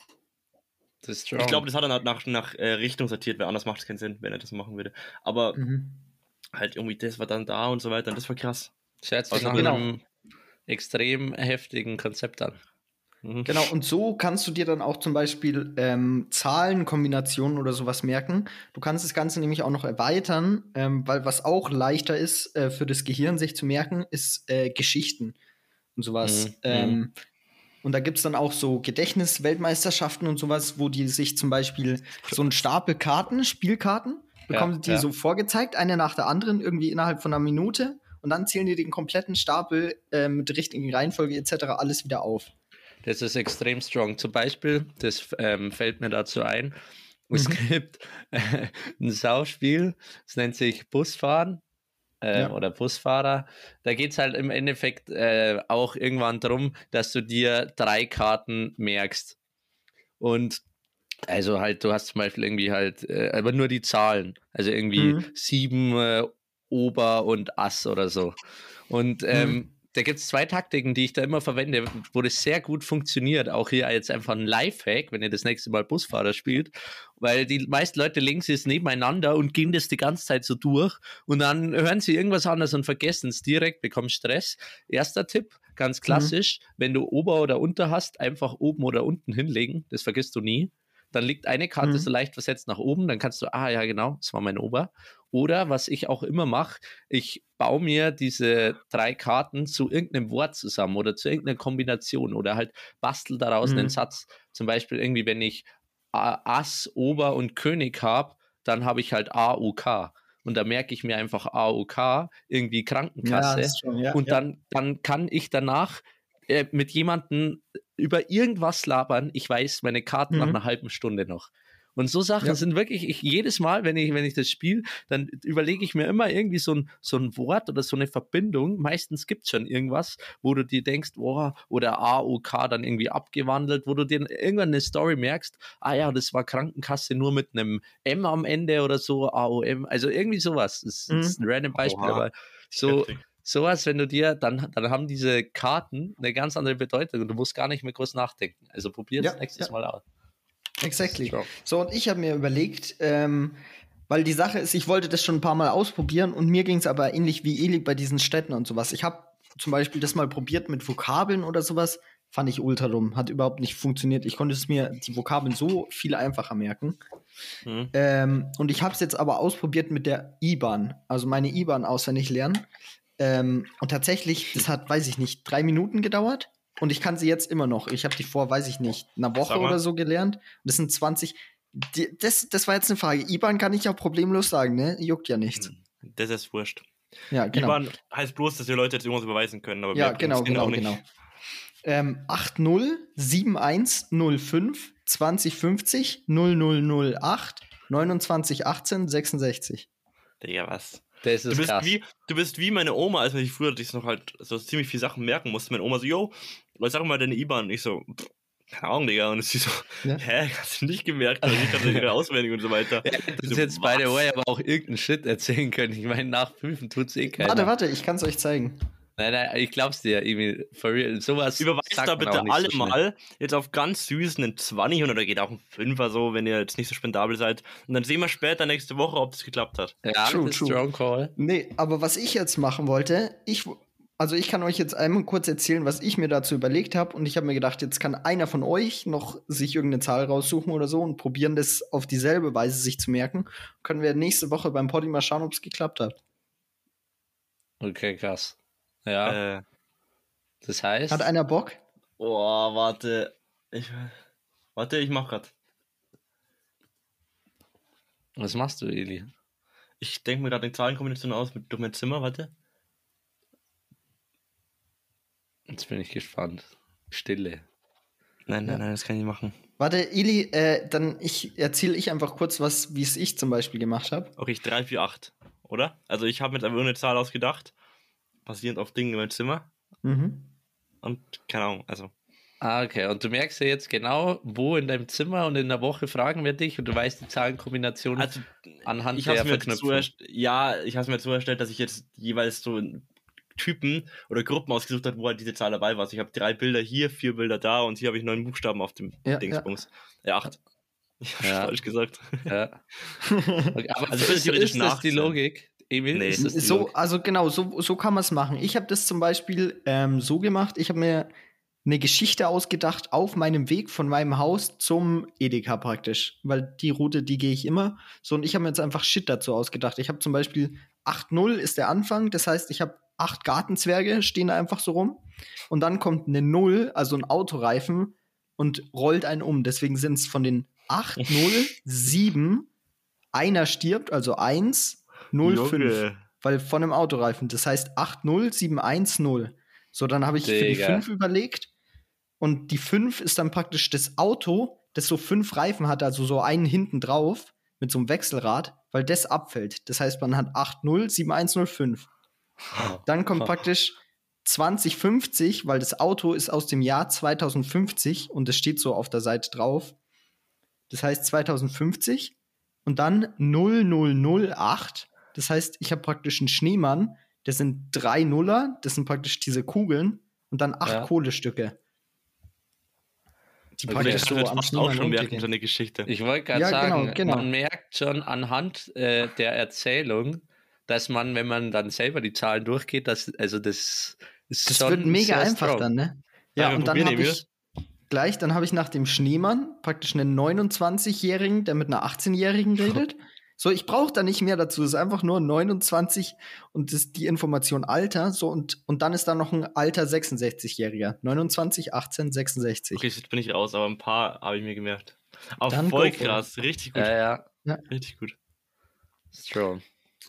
Das ist strong. ich glaube, das hat dann halt nach, nach äh, Richtung sortiert, weil anders macht es keinen Sinn, wenn er das machen würde. Aber Mhm. halt irgendwie, das war dann da und so weiter. Und das war krass. Das hört sich Also nach genau. einem extrem heftigen Konzept an. Mhm. Genau, und so kannst du dir dann auch zum Beispiel ähm, Zahlenkombinationen oder sowas merken. Du kannst das Ganze nämlich auch noch erweitern, ähm, weil was auch leichter ist äh, für das Gehirn, sich zu merken, ist äh, Geschichten und sowas. Mhm, Ähm, und da gibt es dann auch so Gedächtnisweltmeisterschaften und sowas, wo die sich zum Beispiel so einen Stapel Karten, Spielkarten, bekommen Ja, die ja. so vorgezeigt, eine nach der anderen, irgendwie innerhalb von einer Minute. Und dann zählen die den kompletten Stapel äh, mit der richtigen Reihenfolge et cetera alles wieder auf. Das ist extrem strong. Zum Beispiel, das ähm, fällt mir dazu ein, es Mhm. gibt äh, ein Sauspiel, es nennt sich Busfahren äh, Ja. oder Busfahrer. Da geht es halt im Endeffekt äh, auch irgendwann darum, dass du dir drei Karten merkst. Und also halt, du hast zum Beispiel irgendwie halt, äh, aber nur die Zahlen. Also irgendwie Mhm. sieben äh, Ober und Ass oder so. Und ähm, Mhm. da gibt es zwei Taktiken, die ich da immer verwende, wo das sehr gut funktioniert. Auch hier jetzt einfach ein Lifehack, wenn ihr das nächste Mal Busfahrer spielt, weil die meisten Leute legen sich jetzt nebeneinander und gehen das die ganze Zeit so durch und dann hören sie irgendwas anderes und vergessen es direkt, bekommen Stress. Erster Tipp, ganz klassisch, wenn du Ober oder Unter hast, einfach oben oder unten hinlegen, das vergisst du nie. dann liegt eine Karte Mhm. so leicht versetzt nach oben, dann kannst du, ah ja genau, das war mein Ober. Oder was ich auch immer mache, ich baue mir diese drei Karten zu irgendeinem Wort zusammen oder zu irgendeiner Kombination oder halt bastel daraus Mhm. einen Satz. Zum Beispiel irgendwie, wenn ich A- Ass, Ober und König habe, dann habe ich halt A O K. Und da merke ich mir einfach A O K, irgendwie Ja, Krankenkasse. das schon, ja. Und ja. dann, dann kann ich danach äh, mit jemandem über irgendwas labern. Ich weiß meine Karten nach Mhm. einer halben Stunde noch. Und so Sachen Ja. sind wirklich, ich jedes Mal, wenn ich, wenn ich das spiele, dann überlege ich mir immer irgendwie so ein, so ein Wort oder so eine Verbindung. Meistens gibt es schon irgendwas, wo du dir denkst, boah, oder A O K dann irgendwie abgewandelt, wo du dir irgendwann eine Story merkst, ah ja, das war Krankenkasse nur mit einem M am Ende oder so, A O M, also irgendwie sowas. Das ist, das ist ein random Beispiel, Oha. aber so, Heftig. sowas, wenn du dir, dann, dann haben diese Karten eine ganz andere Bedeutung und du musst gar nicht mehr groß nachdenken. Also probier es Ja, nächstes ja. Mal aus. Exactly. Strong. So, und ich habe mir überlegt, ähm, weil die Sache ist, ich wollte das schon ein paar Mal ausprobieren und mir ging es aber ähnlich wie Eli bei diesen Städten und sowas. Ich habe zum Beispiel das mal probiert mit Vokabeln oder sowas, fand ich ultra dumm, hat überhaupt nicht funktioniert. Ich konnte es mir, die Vokabeln so viel einfacher merken. Mhm. Ähm, und ich habe es jetzt aber ausprobiert mit der I B A N, also meine I B A N auswendig lernen. Ähm, und tatsächlich, das hat, weiß ich nicht, drei Minuten gedauert. Und ich kann sie jetzt immer noch. Ich habe die vor, weiß ich nicht, einer Woche Sag mal. oder so gelernt. Und das sind zwanzig. Die, das, das war jetzt eine Frage. I B A N kann ich ja problemlos sagen, ne? Juckt ja nichts. Das ist wurscht. Ja, genau. I B A N heißt bloß, dass die Leute jetzt irgendwas überweisen können. Aber Ja, mehr genau, bringt's denen genau, auch nicht. genau. Ähm, acht null sieben eins null fünf zwanzig fünfzig null null null acht neunundzwanzig achtzehn sechsundsechzig. Digga, was? Das Du ist bist, krass. wie, du bist wie meine Oma, als ich früher dich noch halt so ziemlich viele Sachen merken musste. Meine Oma so, yo, was sag mal deine I B A N? Und ich so, pff, keine Ahnung, Digga. Und sie so, Ja. hä, hast du nicht gemerkt? Also ich hatte ihre auswendig und so weiter. Ja, Ich das so, ist jetzt was? by the way aber auch irgendeinen Shit erzählen können. Ich meine, nachprüfen tut's eh keiner. Warte, warte, ich kann es euch zeigen. Nein, nein, ich glaub's dir, Emil. For real. Sowas Überweist sagt da man bitte auch nicht alle so schnell. mal jetzt auf ganz süßen einen zwanzig oder geht auch ein Fünfer so, wenn ihr jetzt nicht so spendabel seid. Und dann sehen wir später nächste Woche, ob das geklappt hat. Ja, True, das ist true. Strong Call. Nee, aber was ich jetzt machen wollte, ich, also ich kann euch jetzt einmal kurz erzählen, was ich mir dazu überlegt habe. Und ich habe mir gedacht, jetzt kann einer von euch noch sich irgendeine Zahl raussuchen oder so und probieren, das auf dieselbe Weise sich zu merken. Können wir nächste Woche beim Poddy mal schauen, ob es geklappt hat. Okay, krass. Ja, Äh, das heißt, Hat einer Bock? oh, warte. Ich, warte, ich mach grad. was machst du, Eli? Ich denke mir gerade eine Zahlenkombination aus mit durch mein Zimmer, warte. Jetzt bin ich gespannt. Stille. Nein, nein, Ja. nein, das kann ich nicht machen. Warte, Eli, äh, dann ich erzähle ich einfach kurz was, wie es ich zum Beispiel gemacht habe. Okay, ich drei, vier, acht, oder? Also ich habe mir jetzt einfach eine Zahl ausgedacht, basierend auf Dingen in meinem Zimmer. Mhm. Und keine Ahnung, also. Ah, okay. Und du merkst ja jetzt genau, wo in deinem Zimmer und in der Woche fragen wir dich und du weißt die Zahlenkombination Also anhand ich der habe mir jetzt so Verknüpfung. erst, ja, ich habe mir jetzt so erstellt, dass ich jetzt jeweils so Typen oder Gruppen ausgesucht habe, wo halt diese Zahl dabei war. Also ich habe drei Bilder hier, vier Bilder da und hier habe ich neun Buchstaben auf dem Ja, Dingsbums. Ja, acht. Ich habe Ja. falsch gesagt. Ja. Okay, aber Also ist, ist theoretisch ist das die nachzählen. Logik? Emil, Nee. ist das die So, Logik? also genau, so, so kann man es machen. Ich habe das zum Beispiel ähm, so gemacht, ich habe mir eine Geschichte ausgedacht auf meinem Weg von meinem Haus zum Edeka praktisch. Weil die Route, die gehe ich immer. So, und ich habe mir jetzt einfach Shit dazu ausgedacht. Ich habe zum Beispiel acht null ist der Anfang, das heißt, ich habe acht Gartenzwerge, stehen da einfach so rum. Und dann kommt eine null, also ein Autoreifen, und rollt einen um. Deswegen sind es von den acht null sieben, einer stirbt, also eins null fünf. Junge. Weil von einem Autoreifen. Das heißt acht null sieben eins null. So, dann habe ich für die Digga. fünf überlegt. Und die fünf ist dann praktisch das Auto, das so fünf Reifen hat, also so einen hinten drauf mit so einem Wechselrad, weil das abfällt. Das heißt, man hat acht null sieben eins null fünf. Dann kommt praktisch zwanzig fünfzig, weil das Auto ist aus dem Jahr zweitausendfünfzig und das steht so auf der Seite drauf. Das heißt zweitausendfünfzig und dann null null null acht. Das heißt, ich habe praktisch einen Schneemann, das sind drei Nuller, das sind praktisch diese Kugeln und dann acht Ja. Kohlestücke. Die Okay, praktisch Das so kann man am fast auch Schneemann schon merken, rumgehen. so eine Geschichte. Ich wollte gerade Ja, sagen, genau, genau. man merkt schon anhand äh, der Erzählung, dass man, wenn man dann selber die Zahlen durchgeht, dass, also das ist Das schon wird mega sehr einfach strong. dann, ne? Ja, Ja, wir und dann probieren, habe Emil. ich gleich, dann habe ich nach dem Schneemann praktisch einen neunundzwanzigjährigen, der mit einer achtzehnjährigen redet. So, ich brauche da nicht mehr dazu. Es ist einfach nur neunundzwanzig und das, die Information Alter. So, und, und dann ist da noch ein alter sechsundsechzigjähriger. neunundzwanzig, achtzehn, sechsundsechzig. Okay, jetzt bin ich raus, aber ein paar habe ich mir gemerkt. Aber Dann voll go for it. krass, richtig gut. Ja, ja. Ja. Richtig gut. Strong.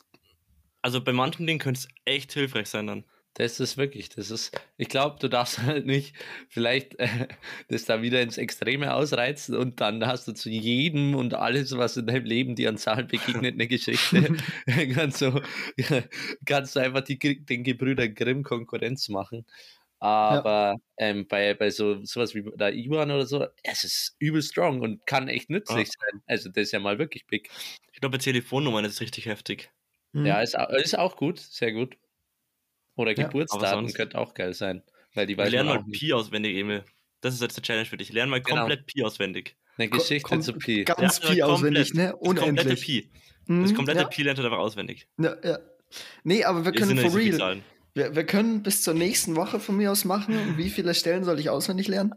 Also bei manchen Dingen könnte es echt hilfreich sein dann. Das ist wirklich, das ist, ich glaube, du darfst halt nicht vielleicht äh, das da wieder ins Extreme ausreizen und dann hast du zu jedem und alles, was in deinem Leben dir an Zahlen begegnet, eine Geschichte. kannst, du, kannst du einfach die, den Gebrüdern Grimm Konkurrenz machen. Aber ja. ähm, bei, bei so sowas wie der Iwan oder so, es ist übel strong und kann echt nützlich ja. sein. Also das ist ja mal wirklich big. Ich glaube, bei Telefonnummern ist es richtig heftig. Mhm. Ja, ist, ist auch gut, sehr gut. Oder Ja, Geburtsdaten könnte auch geil sein. Weil die weiß lern man mal auch nicht. Pi auswendig, Emil. Das ist jetzt eine Challenge für dich. Lern mal Genau. komplett Pi auswendig. Eine Geschichte Kom zu Pi. Ganz Ja, Pi komplett. auswendig, ne? Das komplette Unendlich. Pi. Mhm, Das komplette ja. Pi lernt er einfach auswendig. Ja, ja. Nee, aber wir Wir können sind ja for nicht so viele real. Zahlen. Wir, wir können bis zur nächsten Woche von mir aus machen. Und wie viele Stellen soll ich auswendig lernen?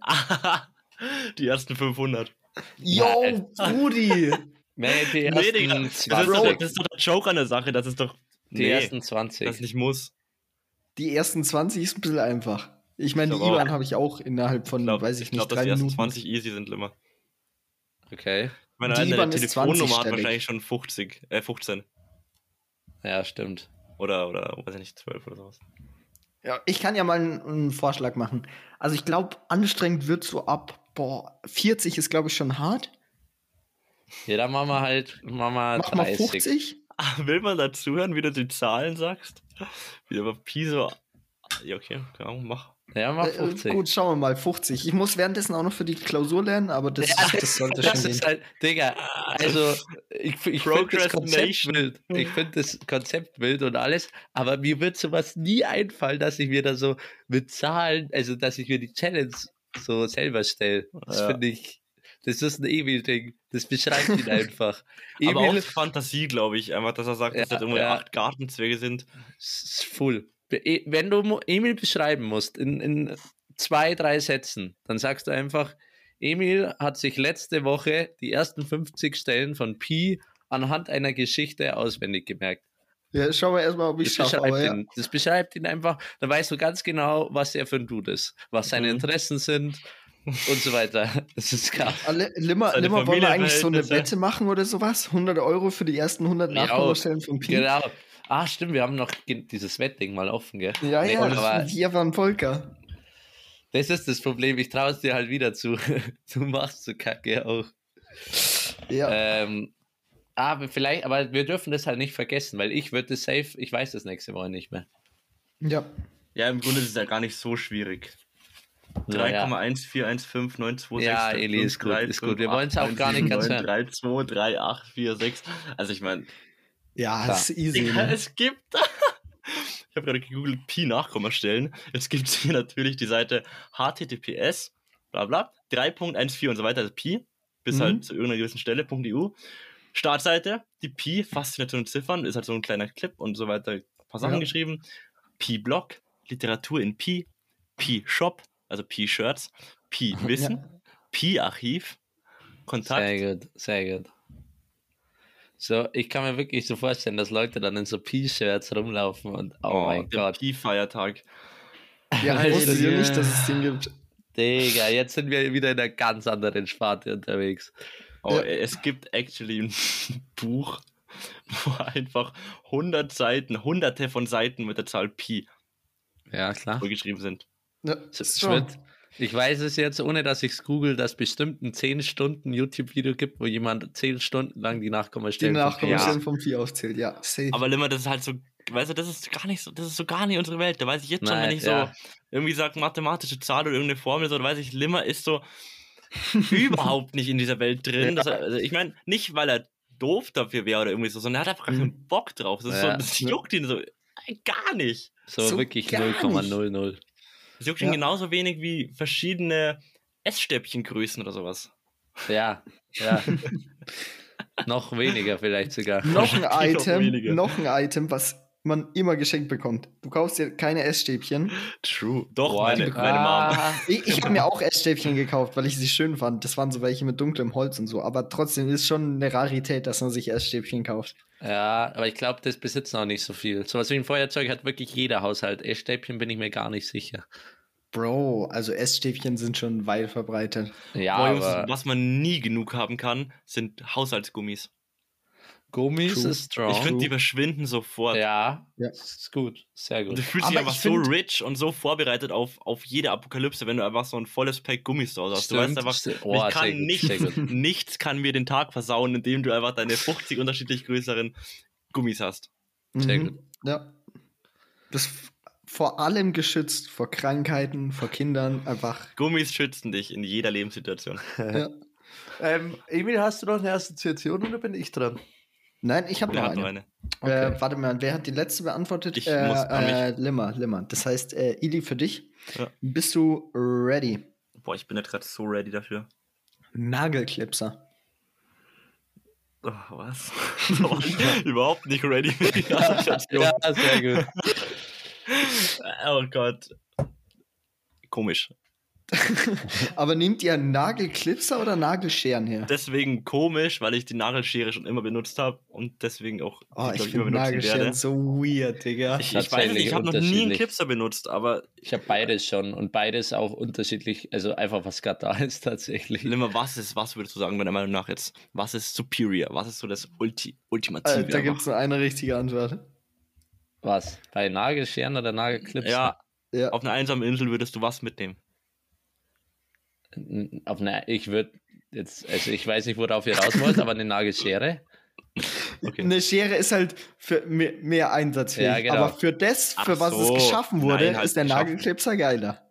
Die ersten fünfhundert. Yo, Brudi! Nee, die Nee, ersten Digga, das ist, zwanzig. doch, das ist doch der Joke an der Sache. Das ist doch. Die nee, ersten zwanzig. das nicht muss. Die ersten zwanzig ist ein bisschen einfach. Ich meine, Ich die glaub Iwan auch. habe ich auch innerhalb von, Ich glaube, weiß ich, ich glaub, nicht, dass drei die ersten Minuten. zwanzig easy sind immer. Okay. Ich meine, Die allein IBAN deine ist Telefonnummer hat zwanzig-stellig. wahrscheinlich schon fünfzig, äh, fünfzehn. Ja, stimmt. Oder, oder, weiß ich nicht, zwölf oder sowas. Ja, ich kann ja mal einen, einen Vorschlag machen. Also ich glaube, anstrengend wird so ab, boah, vierzig ist, glaube ich, schon hart. Ja, dann machen wir halt, machen wir Mach mal dreißig. fünfzig. Ah, will man dazu hören, wie du die Zahlen sagst? Wie du aber Pi so. Ja, okay, keine Ahnung, mach. Ja, mach Äh, fünfzig. gut, schauen wir mal, fünfzig. Ich muss währenddessen auch noch für die Klausur lernen, aber das, Ja, das sollte Das schon ist gehen. halt, Digga, also ich, ich finde das Konzept Procrastination. wild. Ich finde das Konzept wild und alles, aber mir wird sowas nie einfallen, dass ich mir da so mit Zahlen, also dass ich mir die Challenge so selber stelle. Das Ja. finde ich, das ist ein Emil-Ding. Das beschreibt ihn einfach. Aber auch Emil Fantasie, glaube ich, einfach, dass er sagt, dass Ja, das irgendwie ja. acht Gartenzwerge sind. ist full. Be- e- Wenn du Mo- Emil beschreiben musst in, in zwei, drei Sätzen, dann sagst du einfach, Emil hat sich letzte Woche die ersten fünfzig Stellen von Pi anhand einer Geschichte auswendig gemerkt. Ja, schauen wir erstmal, ob ich Das schaffe. beschreibt, Aber ja. ihn, das beschreibt ihn einfach, dann weißt du ganz genau, was er für ein Dude ist, was seine Mhm. Interessen sind und so weiter. Das ist krass. Alle, Limmer, Seine Limmer, wollen wir eigentlich so eine Familienverhältnisse. Wette machen oder sowas? hundert Euro für die ersten hundert Ja, Nachkommastellen von Pi? Genau. Ah, stimmt, wir haben noch ge- dieses Wettding mal offen, gell? Ja, Nee, ja, aber das hier war ein Polka. das ist das Problem, ich traue es dir halt wieder zu. Du machst so Kacke auch. Ja. Ähm, aber vielleicht, aber wir dürfen das halt nicht vergessen, weil ich würde das safe, ich weiß das nächste Woche nicht mehr. ja. Ja, im Grunde ist es ja gar nicht so schwierig. drei Komma eins vier eins fünf neun zwei sechs Ja, Eli, ist gut, ist gut. Wir wollen es auch gar nicht ganz hören. drei zwei drei acht vier sechs. Also ich meine, Ja, Klar. das ist easy. Digga, Ne? es gibt. Ich habe gerade gegoogelt Pi Nachkommastellen. Jetzt gibt es hier natürlich die Seite H T T P S, bla bla, drei Punkt eins vier und so weiter, also Pi, bis Mhm. halt zu irgendeiner gewissen Stelle, .E U. Startseite, die Pi, Faszination und Ziffern, ist halt so ein kleiner Clip und so weiter, ein paar Sachen Ja. geschrieben. Pi-Blog, Literatur in Pi, Pi-Shop, also Pi-Shirts, Pi-Wissen, Ja. Pi-Archiv, Kontakt. Sehr gut, sehr gut. So, ich kann mir wirklich so vorstellen, dass Leute dann in so P-Shirts rumlaufen und oh, mein der Gott. Pi-Feiertag. Ja, ich wusste ja nicht, dass es den gibt. Digga, jetzt sind wir wieder in einer ganz anderen Sparte unterwegs. Oh, Ja. es gibt actually ein Buch, wo einfach hundert Seiten, hunderte von Seiten mit der Zahl Pi Ja, klar. vorgeschrieben sind. Ja, Es ist schon. wird, ich weiß es jetzt, ohne dass ich es google, dass bestimmt ein zehn Stunden YouTube-Video gibt, wo jemand zehn Stunden lang die Die Nachkommastellen von Pi Nachkommastellen vom Pi aufzählt, ja. Safe. Aber Limmer, das ist halt so, weißt du, das ist gar nicht so, das ist so gar nicht unsere Welt. Da weiß ich jetzt schon, Nein, wenn ich ja. so irgendwie sage, mathematische Zahl oder irgendeine Formel, so, da weiß ich, Limmer ist so überhaupt nicht in dieser Welt drin. Das, also ich meine, nicht, weil er doof dafür wäre oder irgendwie so, sondern er hat einfach gar keinen Bock drauf. Das, ist Ja. so, das juckt ihn so äh, gar nicht. So, So wirklich gar null Komma null null. Das juckt Ja. ihn genauso wenig wie verschiedene Essstäbchengrößen oder sowas. Ja, ja. Noch weniger vielleicht sogar. noch ein Wahrscheinlich noch Item, weniger. noch ein Item, was man immer geschenkt bekommt. Du kaufst dir keine Essstäbchen. True. Doch, Boah, meine, die- meine Mom. Ah, Ich, ich habe mir auch Essstäbchen gekauft, weil ich sie schön fand. Das waren so welche mit dunklem Holz und so. Aber trotzdem ist schon eine Rarität, dass man sich Essstäbchen kauft. Ja, aber ich glaube, das besitzen auch nicht so viel. Sowas wie ein Feuerzeug hat wirklich jeder Haushalt. Essstäbchen bin ich mir gar nicht sicher. Bro, also Essstäbchen sind schon weit verbreitet. Ja, Boah, Jungs, aber was man nie genug haben kann, sind Haushaltsgummis. Gummis True. ist strong. Ich finde, die verschwinden sofort. ja, Ja. das ist gut. Sehr Und gut. du fühlst dich Aber einfach ich so find- rich und so vorbereitet auf, auf jede Apokalypse, wenn du einfach so ein volles Pack Gummis zu Hause hast. Du weißt Stimmt, einfach, stimmt. ich Oh, kann sehr gut, nichts, sehr gut. nichts kann mir den Tag versauen, indem du einfach deine fünfzig unterschiedlich größeren Gummis hast. Sehr Mhm. gut. Ja. Das f- vor allem geschützt vor Krankheiten, vor Kindern, einfach. Gummis schützen dich in jeder Lebenssituation. Ja. Ähm, Emil, hast du noch eine Assoziation oder bin ich dran? Nein, ich habe Wer noch hat noch eine. eine? Äh, warte mal, wer hat die letzte beantwortet? Ich äh, muss an mich. äh, Limmer, Limmer. Das heißt, äh, Ili, für dich. Ja. Bist du ready? Boah, ich bin jetzt gerade so ready dafür. Nagelklipser. Oh, was? Überhaupt nicht ready für die Assoziation. Ja, sehr gut. Oh Gott. Komisch. Aber nehmt ihr Nagelklipser oder Nagelscheren her? Deswegen komisch, weil ich die Nagelschere schon immer benutzt habe und deswegen auch Oh, die, ich glaub finde Nagelscheren so weird, Digga. Ich, ich weiß Tatsächlich nicht, ich habe noch nie einen unterschiedlich. Clipser benutzt, aber Ich habe beides schon und beides auch unterschiedlich, also einfach was gerade da ist tatsächlich. Limmer, was ist, was würdest du sagen, meiner Meinung nach jetzt? Was ist superior? Was ist so das Ulti, Ultimative? Äh, da einfach? gibt es nur eine richtige Antwort. Was? Bei Nagelscheren oder Nagelclips? Ja, Ja. auf einer einsamen Insel würdest du was mitnehmen? Auf eine, ich würde jetzt, also ich weiß nicht, worauf ihr raus wollt, aber eine Nagelschere. Okay. Eine Schere ist halt für mehr, mehr einsatzfähig. Ja, genau. Aber für das, für Ach was so. es geschaffen wurde, Nein, halt ist der geschaffen. Nagelklipser geiler.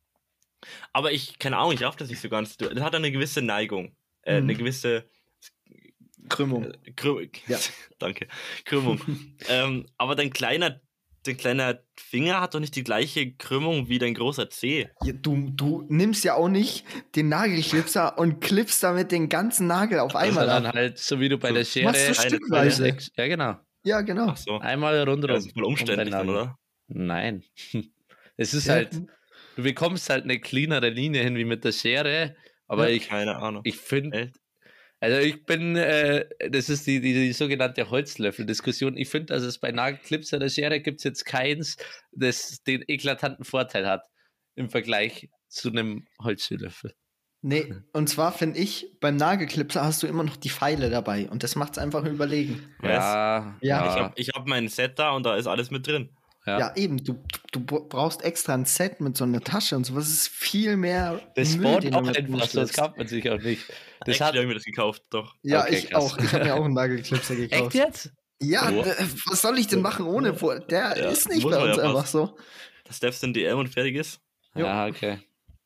Aber ich, keine Ahnung, ich raff das nicht so ganz. Du- Das hat eine gewisse Neigung. Äh, Mhm. Eine gewisse Krümmung. äh, Krü Ja. Danke. Krümmung. ähm, aber dein kleiner, dein kleiner Finger hat doch nicht die gleiche Krümmung wie dein großer Zeh. Ja, du, du nimmst ja auch nicht den Nagelklipser und klippst damit den ganzen Nagel auf einmal Sondern ab. halt, so wie du bei der Machst du Schere. stückweise. Ja, genau. Ja, genau. Ach so. Einmal rundherum. Ja, das ist voll umständlich um dann, deinen Nagel. oder? Nein. Es ist Ja. halt, du bekommst halt eine cleanere Linie hin wie mit der Schere, aber Ja. ich, Keine Ahnung. ich finde, Echt? also ich bin, äh, das ist die, die, die sogenannte Holzlöffel-Diskussion. Ich finde, dass es bei Nagelclips oder Schere gibt es jetzt keins, das den eklatanten Vorteil hat im Vergleich zu einem Holzlöffel. Nee, und zwar finde ich, beim Nagelklipser hast du immer noch die Pfeile dabei und das macht es einfach überlegen. Ja, Ja. Ich habe ich hab mein Set da und da ist alles mit drin. ja. Ja, eben, du, du brauchst extra ein Set mit so einer Tasche und sowas. Es ist viel mehr. Das Müll, spawnt den du auch mit einfach, so, das rumschleppst. kauft man sich auch nicht. Das Echt, hat, ich habe mir das gekauft, doch. Ja, Okay, ich krass. auch. Ich habe mir auch einen Nagelklipser echt gekauft. jetzt? Ja, Oh. d- was soll ich denn machen ohne? Vor- Der Ja, ist nicht muss bei man uns ja einfach fast. so. Das steppst in D M und fertig ist. Ja, okay.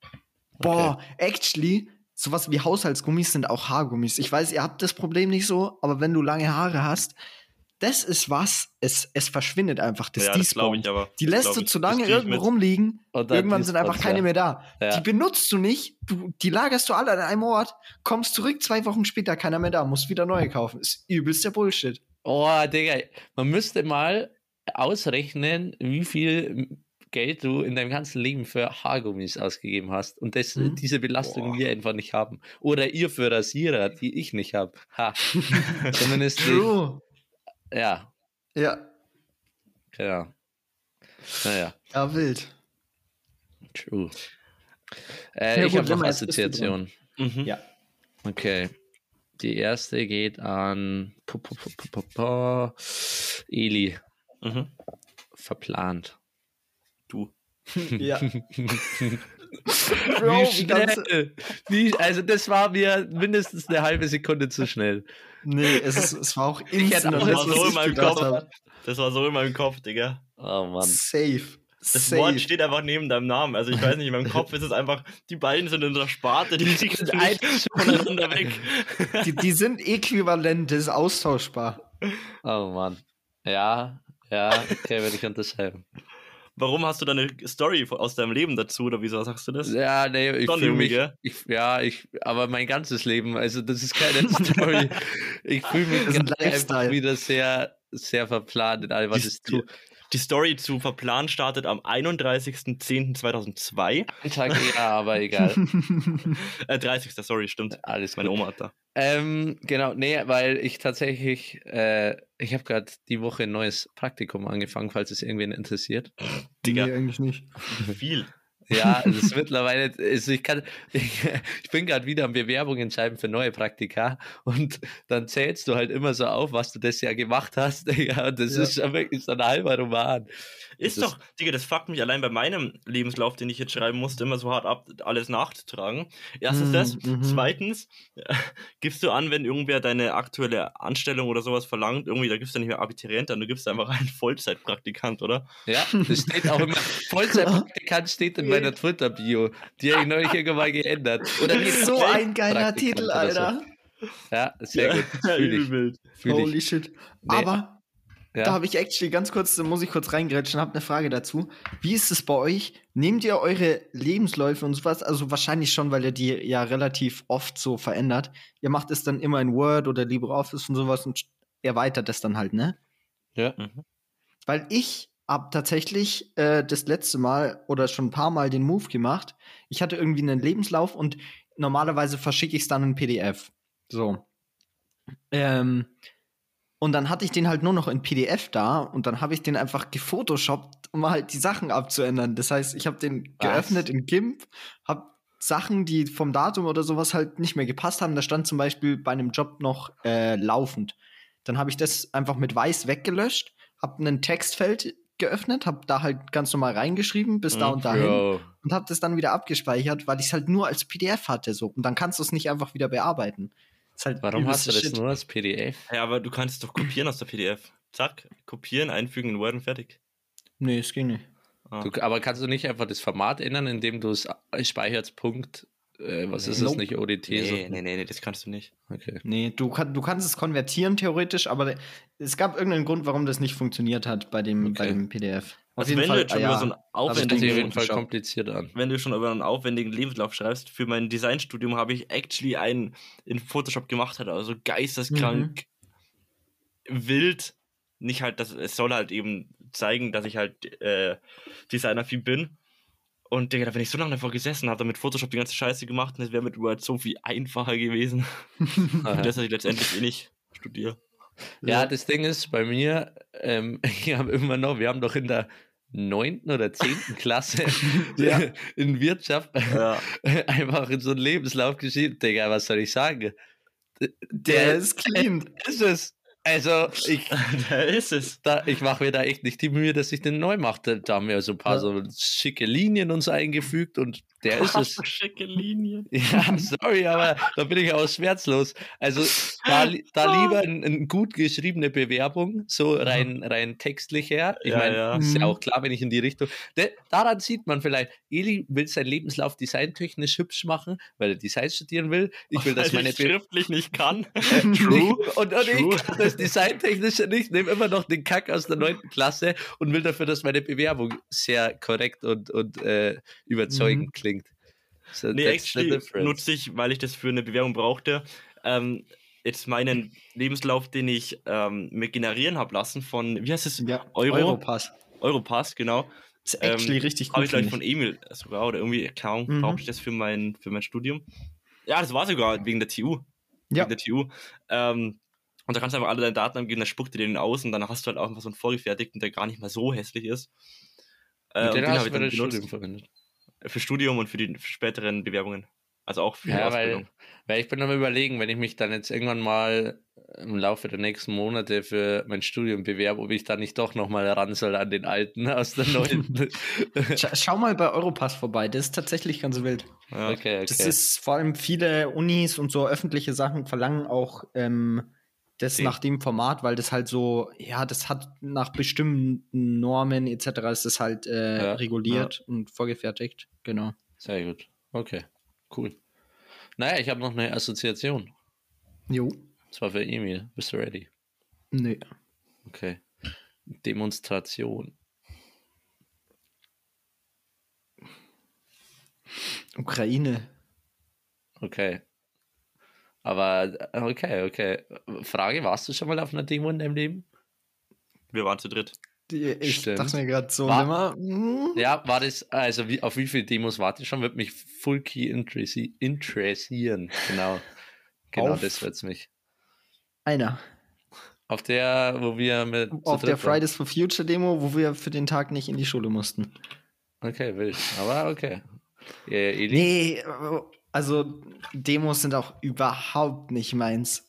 Boah, actually, sowas wie Haushaltsgummis sind auch Haargummis. Ich weiß, ihr habt das Problem nicht so, aber wenn du lange Haare hast, das ist was, es, es verschwindet einfach. Das Ja, das glaube ich despawnt. aber. Die Das lässt glaub du ich. zu Das lange krieg ich irgendwo mit. rumliegen, Und dann irgendwann sind einfach despawn's, keine ja. mehr da. Ja. Die benutzt du nicht, du, die lagerst du alle an einem Ort, kommst zurück, zwei Wochen später, keiner mehr da, musst wieder neue kaufen. Ist übelst der Bullshit. Oh, Digga, man müsste mal ausrechnen, wie viel Geld du in deinem ganzen Leben für Haargummis ausgegeben hast und das, Mhm. diese Belastung Boah. wir einfach nicht haben. Oder ihr für Rasierer, die ich nicht habe. Ha. Zumindest, True. ja, Ja, genau. Naja, ja, wild. true. Äh, Ja, ich gut, habe noch Lemmer, jetzt bist du Assoziationen. Mhm. Ja. Okay. Die erste geht an po, po, po, po, po, po. Eli. Mhm. Verplant. Du. Ja. Wie Bro, wie kannst du- schnell. Wie, also das war mir mindestens eine halbe Sekunde zu schnell. Nee, es, ist, es war auch hätte instant. auch das, Das war was so in ich meinem gedacht Kopf. habe. Das war so in meinem Kopf, Digga. Oh Mann. Safe. Das Safe. Wort steht einfach neben deinem Namen. Also ich weiß nicht, in meinem Kopf ist es einfach, die beiden sind in der Sparte, die kriegst du nicht voneinander weg. Die, die sind äquivalent, das ist austauschbar. Oh Mann. Ja, ja, okay, würde ich unterschreiben. Warum hast du da eine Story aus deinem Leben dazu oder wieso sagst du das? Ja, nee, ich Schon fühle irgendwie, mich, gell? ich, ja, ich, aber mein ganzes Leben, also das ist keine Story. Ich fühle mich Das ist ein gerade einfach Lifestyle. wieder sehr sehr verplant in allem, was Die, ich tue. die Story zu Verplan startet am einunddreißigsten zehnten zweitausendzwei. Ein Tag eher, aber egal. Äh, dreißigsten sorry, stimmt. Alles Meine gut. Oma hat da. Ähm, genau, nee, weil ich tatsächlich, äh, ich habe gerade die Woche ein neues Praktikum angefangen, falls es irgendwen interessiert. Digga. Nee, eigentlich nicht. Viel. Ja, es ist mittlerweile, also ich kann, ich, ich bin gerade wieder am Bewerbungen schreiben für neue Praktika und dann zählst du halt immer so auf, was du das Jahr gemacht hast. Ja, und das Ja. ist schon wirklich so ein halber Roman. Ist Das- doch, Digga, das fuckt mich allein bei meinem Lebenslauf, den ich jetzt schreiben musste, immer so hart ab, alles nachzutragen. Erstens Mhm, das. mhm. Zweitens, äh, gibst du an, wenn irgendwer deine aktuelle Anstellung oder sowas verlangt, irgendwie, da gibst du nicht mehr Abiturient an, du gibst einfach einen Vollzeitpraktikant, oder? Ja, das steht auch immer, Vollzeitpraktikant steht in meiner Twitter-Bio. Die habe ich neulich irgendwann mal geändert. Oder nee, So ein geiler Praktikant Titel, oder so. Alter. Ja, sehr gut. Fühl ich. Übel. Fühl Holy ich. shit. Nee, Aber ja. da habe ich actually ganz kurz, da muss ich kurz reingrätschen, habe eine Frage dazu. Wie ist es bei euch? Nehmt ihr eure Lebensläufe und sowas, also wahrscheinlich schon, weil ihr die ja relativ oft so verändert. Ihr macht es dann immer in Word oder LibreOffice und sowas und erweitert das dann halt, ne? Ja. Weil ich habe tatsächlich äh, das letzte Mal oder schon ein paar Mal den Move gemacht. Ich hatte irgendwie einen Lebenslauf und normalerweise verschicke ich es dann in P D F. So. Ähm, und dann hatte ich den halt nur noch in P D F da und dann habe ich den einfach gefotoshoppt, um halt die Sachen abzuändern. Das heißt, ich habe den Was? geöffnet in GIMP, habe Sachen, die vom Datum oder sowas halt nicht mehr gepasst haben. Da stand zum Beispiel bei einem Job noch äh, laufend. Dann habe ich das einfach mit weiß weggelöscht, habe ein Textfeld geöffnet, habe da halt ganz normal reingeschrieben, bis da Mhm, und dahin Bro. und habe das dann wieder abgespeichert, weil ich es halt nur als P D F hatte so und dann kannst du es nicht einfach wieder bearbeiten. Ist halt Warum hast du übelster das Shit. nur als P D F? Ja, aber du kannst es doch kopieren aus der P D F. Zack, kopieren, einfügen in Word und fertig. Nee, es ging nicht. Ah. Du, aber kannst du nicht einfach das Format ändern, indem du es speicherst, Punkt, äh, was Nee. ist das, Nope. nicht O D T? Nee, so? nee, nee, nee, das kannst du nicht. Okay. Nee, du, kann, du kannst es konvertieren theoretisch, aber es gab irgendeinen Grund, warum das nicht funktioniert hat bei dem, Okay. bei dem P D F. Auf Also wenn du jetzt schon ah, über ja. so einen Das hört aufwendigen sich auf jeden Fall Photoshop. kompliziert an. wenn du schon über einen aufwendigen Lebenslauf schreibst, für mein Designstudium habe ich actually einen in Photoshop gemacht, halt, also geisteskrank wild. Nicht halt, dass es soll halt eben zeigen, dass ich halt äh, Designer-affin bin. Und Digga, wenn ich so lange davor gesessen habe, dann mit Photoshop die ganze Scheiße gemacht, und es wäre mit Word so viel einfacher gewesen. Und das, dass ich letztendlich eh nicht studiere. Ja, das Ding ist, bei mir, ähm, ich habe immer noch, wir haben doch in der neunten oder zehnten Klasse Ja. in Wirtschaft Ja. einfach in so einen Lebenslauf geschrieben. Digga, was soll ich sagen? Der ist clean. ist es. Also, ich, Da ist es. da, ich mache mir da echt nicht die Mühe, dass ich den neu mache. Da, da haben wir so ein paar Ja. so schicke Linien uns eingefügt und der ist es. So schicke Linien. Ja, sorry, aber da bin ich auch schmerzlos. Also da, li- da lieber eine ein gut geschriebene Bewerbung, so rein, rein textlich her. Ich Ja, meine, ja. ist ja Mhm. auch klar, wenn ich in die Richtung. De, daran sieht man vielleicht, Eli will seinen Lebenslauf designtechnisch hübsch machen, weil er Design studieren will. Ich will, dass Weil meine ich Be schriftlich nicht kann. True. Und, und True. ich kann das Designtechnische nicht, nehme immer noch den Kack aus der neunten Klasse und will dafür, dass meine Bewerbung sehr korrekt und, und äh, überzeugend klingt. So, Nee, that's the actually difference. nutze ich, weil ich das für eine Bewerbung brauchte, ähm, jetzt meinen Lebenslauf, den ich ähm, mir generieren habe lassen von, wie heißt es? Ja, Euro? Europass. Europass, genau. Ist actually Ähm, richtig Habe gut. ich gleich finde von Emil sogar, oder irgendwie, keine Ahnung, Mhm. brauchte ich das für mein, für mein Studium. Ja, das war sogar wegen der T U. Ja. Wegen der T U. Ähm, und da kannst du einfach alle deine Daten angeben, dann spuckt dir den aus und dann hast du halt auch einfach so einen vorgefertigten, der gar nicht mal so hässlich ist. Äh, Und und den den hast habe du ich für dann das benutzt. Studium verwendet. Für Studium und für die späteren Bewerbungen. Also auch für die Ja, Ausbildung. weil, weil ich bin am Überlegen, wenn ich mich dann jetzt irgendwann mal im Laufe der nächsten Monate für mein Studium bewerbe, ob ich dann nicht doch nochmal ran soll an den alten aus der neunten. Scha schau mal bei Europass vorbei, das ist tatsächlich ganz wild. Ja. Okay, okay. Das ist vor allem viele Unis und so öffentliche Sachen verlangen auch ähm, das Den. nach dem Format, weil das halt so, ja, das hat nach bestimmten Normen et cetera ist das halt äh, Ja, reguliert und vorgefertigt. Genau. Sehr gut. Okay, cool. Naja, ich habe noch eine Assoziation. Jo. Das war für Emil. Bist du ready? Nö. Okay. Demonstration. Ukraine. Okay. Aber, okay, okay. Frage, warst du schon mal auf einer Demo in deinem Leben? Wir waren zu dritt. Die, ich Stimmt. dachte mir gerade so, War- immer, hm, Ja, war das, also wie, auf wie viele Demos wart ihr schon? Wird mich full key interessi interessieren. Genau. Genau, Auf- das wird's mich. einer. Auf der, wo wir mit. zu Auf der dritt waren. Fridays for Future Demo, wo wir für den Tag nicht in die Schule mussten. Okay, wild. Aber okay. Äh, Eli? Nee, also Demos sind auch überhaupt nicht meins.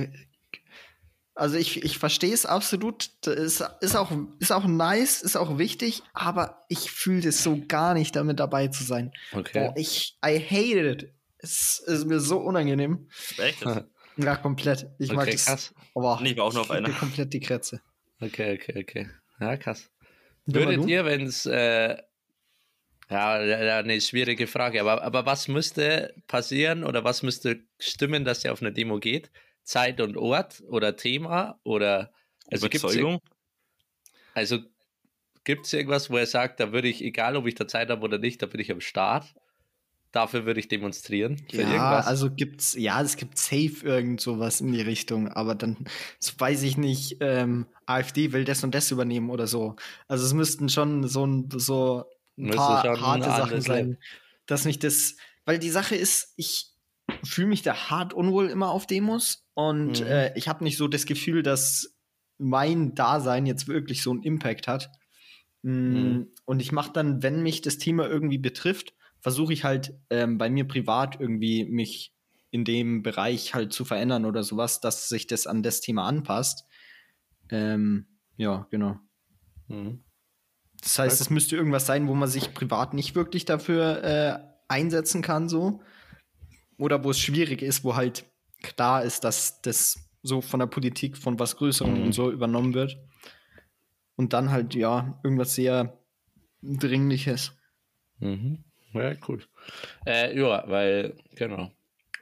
Also ich, ich verstehe es absolut. Das ist, ist, auch, ist auch nice, ist auch wichtig, aber ich fühle das so gar nicht, damit dabei zu sein. Okay. Boah, ich, I hate it. Es ist mir so unangenehm. Echt? Das- Ja, komplett. Ich mag Okay, das. krass. Aber Nee, ich war auch nur auf kriegt mir einer. komplett die Krätze. Okay, okay, okay. Ja, krass. Wer war Würdet du? ihr, wenn es. Äh, ja, ja, eine schwierige Frage, aber, aber was müsste passieren oder was müsste stimmen, dass ihr auf eine Demo geht? Zeit und Ort oder Thema oder. Also gibt's, Überzeugung? also gibt es irgendwas, wo er sagt, da würde ich, egal ob ich da Zeit habe oder nicht, da bin ich am Start. Dafür würde ich demonstrieren. Für Ja, irgendwas. also gibt's, ja, es gibt safe irgend sowas in die Richtung, aber dann so weiß ich nicht, ähm, AfD will das und das übernehmen oder so. Also es müssten schon so ein, so ein Müsste paar schon harte ein Sachen anderes sein, Level. dass mich das, weil die Sache ist, ich fühle mich da hart unwohl immer auf Demos und Mhm. äh, ich habe nicht so das Gefühl, dass mein Dasein jetzt wirklich so einen Impact hat. Mm, Mhm. Und ich mache dann, wenn mich das Thema irgendwie betrifft, versuche ich halt ähm, bei mir privat irgendwie mich in dem Bereich halt zu verändern oder sowas, dass sich das an das Thema anpasst. Ähm, ja, genau. Mhm. Das heißt, es müsste irgendwas sein, wo man sich privat nicht wirklich dafür äh, einsetzen kann, so. Oder wo es schwierig ist, wo halt klar ist, dass das so von der Politik von was Größerem Mhm. und so übernommen wird. Und dann halt, ja, irgendwas sehr Dringliches. Mhm. Ja, cool. Äh, ja, weil, genau.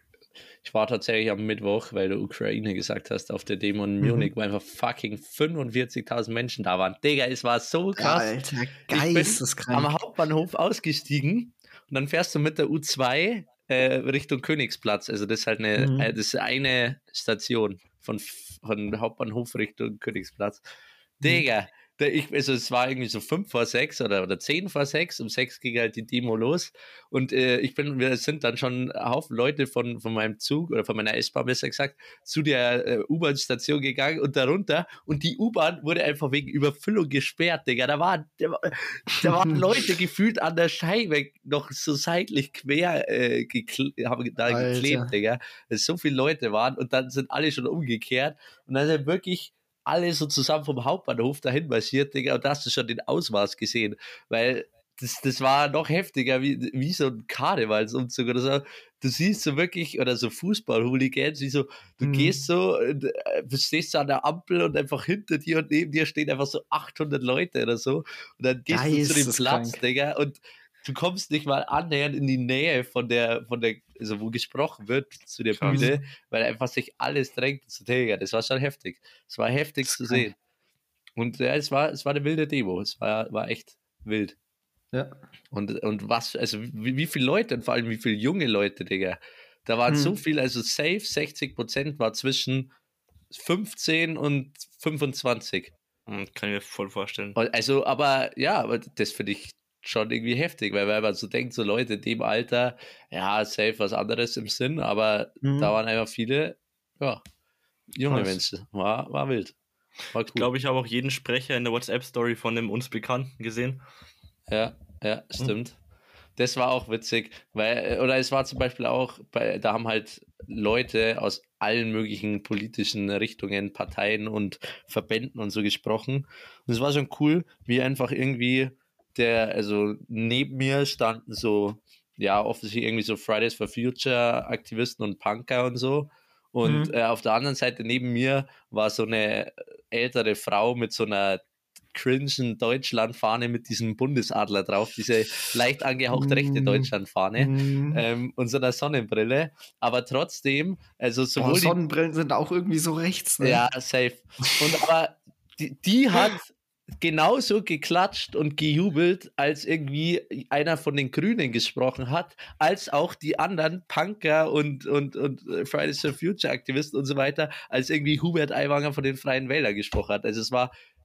Ich war tatsächlich am Mittwoch, weil du Ukraine gesagt hast, auf der Demo in Munich, wo einfach fucking fünfundvierzigtausend Menschen da waren. Digga, es war so krass. Alter, Ich bin geisteskrank. am Hauptbahnhof ausgestiegen und dann fährst du mit der U zwei äh, Richtung Königsplatz. Also das ist halt eine, Mhm. äh, das ist eine Station von, von Hauptbahnhof Richtung Königsplatz. Digga, der, ich, also es war irgendwie so fünf vor sechs oder, oder zehn vor sechs. Um sechs ging halt die Demo los. Und äh, ich bin, wir sind dann schon ein Haufen Leute von, von meinem Zug oder von meiner S-Bahn, besser gesagt, zu der äh, U-Bahn-Station gegangen und darunter. Und die U-Bahn wurde einfach wegen Überfüllung gesperrt, Digga. Da waren, da, war- da waren Leute gefühlt an der Scheibe noch so seitlich quer äh, gekle haben da Alter. geklebt, Digga. Dass so viele Leute waren und dann sind alle schon umgekehrt. Und dann sind wirklich alle so zusammen vom Hauptbahnhof dahin marschiert, Digga, und da hast du schon den Ausmaß gesehen, weil das, das war noch heftiger, wie, wie so ein Karnevalsumzug oder so. Du siehst so wirklich, oder so Fußball-Hooligans, wie so, du Mhm. gehst so, und, äh, stehst so an der Ampel und einfach hinter dir und neben dir stehen einfach so achthundert Leute oder so und dann gehst du zu dem Geisteskrank. Platz, Digga, und du kommst nicht mal annähernd in die Nähe von der, von der, also wo gesprochen wird, zu der Krass. Bühne, weil einfach sich alles drängt zu Digga. Das war schon heftig. Es war heftig Das ist zu krank. sehen. Und ja, es war, es war eine wilde Demo. Es war, war echt wild. Ja. Und, und was, also wie, wie viele Leute und vor allem wie viele junge Leute, Digga. Da waren Hm. so viel, also safe sechzig Prozent war zwischen fünfzehn und fünfundzwanzig. Hm, Kann ich mir voll vorstellen. Also, aber ja, aber das finde ich schon irgendwie heftig, weil, weil man so denkt, so Leute in dem Alter, ja, safe was anderes im Sinn, aber Mhm. da waren einfach viele, ja, junge Krass. Menschen. War, war wild. War cool. Ich glaube, ich habe auch jeden Sprecher in der WhatsApp-Story von dem uns Bekannten gesehen. Ja, ja, stimmt. Das war auch witzig, weil, oder es war zum Beispiel auch, bei, da haben halt Leute aus allen möglichen politischen Richtungen, Parteien und Verbänden und so gesprochen. Und es war schon cool, wie einfach irgendwie der, also neben mir standen so, ja, offensichtlich irgendwie so Fridays for Future Aktivisten und Punker und so. Und Mhm. äh, auf der anderen Seite neben mir war so eine ältere Frau mit so einer cringen Deutschlandfahne mit diesem Bundesadler drauf, diese leicht angehaucht rechte Mm. Deutschlandfahne Mhm. ähm, und so einer Sonnenbrille, aber trotzdem, also Boah, sowohl die, Sonnenbrillen sind auch irgendwie so rechts, ne? ja, safe, und aber die, die hat genauso geklatscht und gejubelt, als irgendwie einer von den Grünen gesprochen hat, als auch die anderen Punker und, und, und Fridays for Future Aktivisten und so weiter, als irgendwie Hubert Aiwanger von den Freien Wählern gesprochen hat. Also es war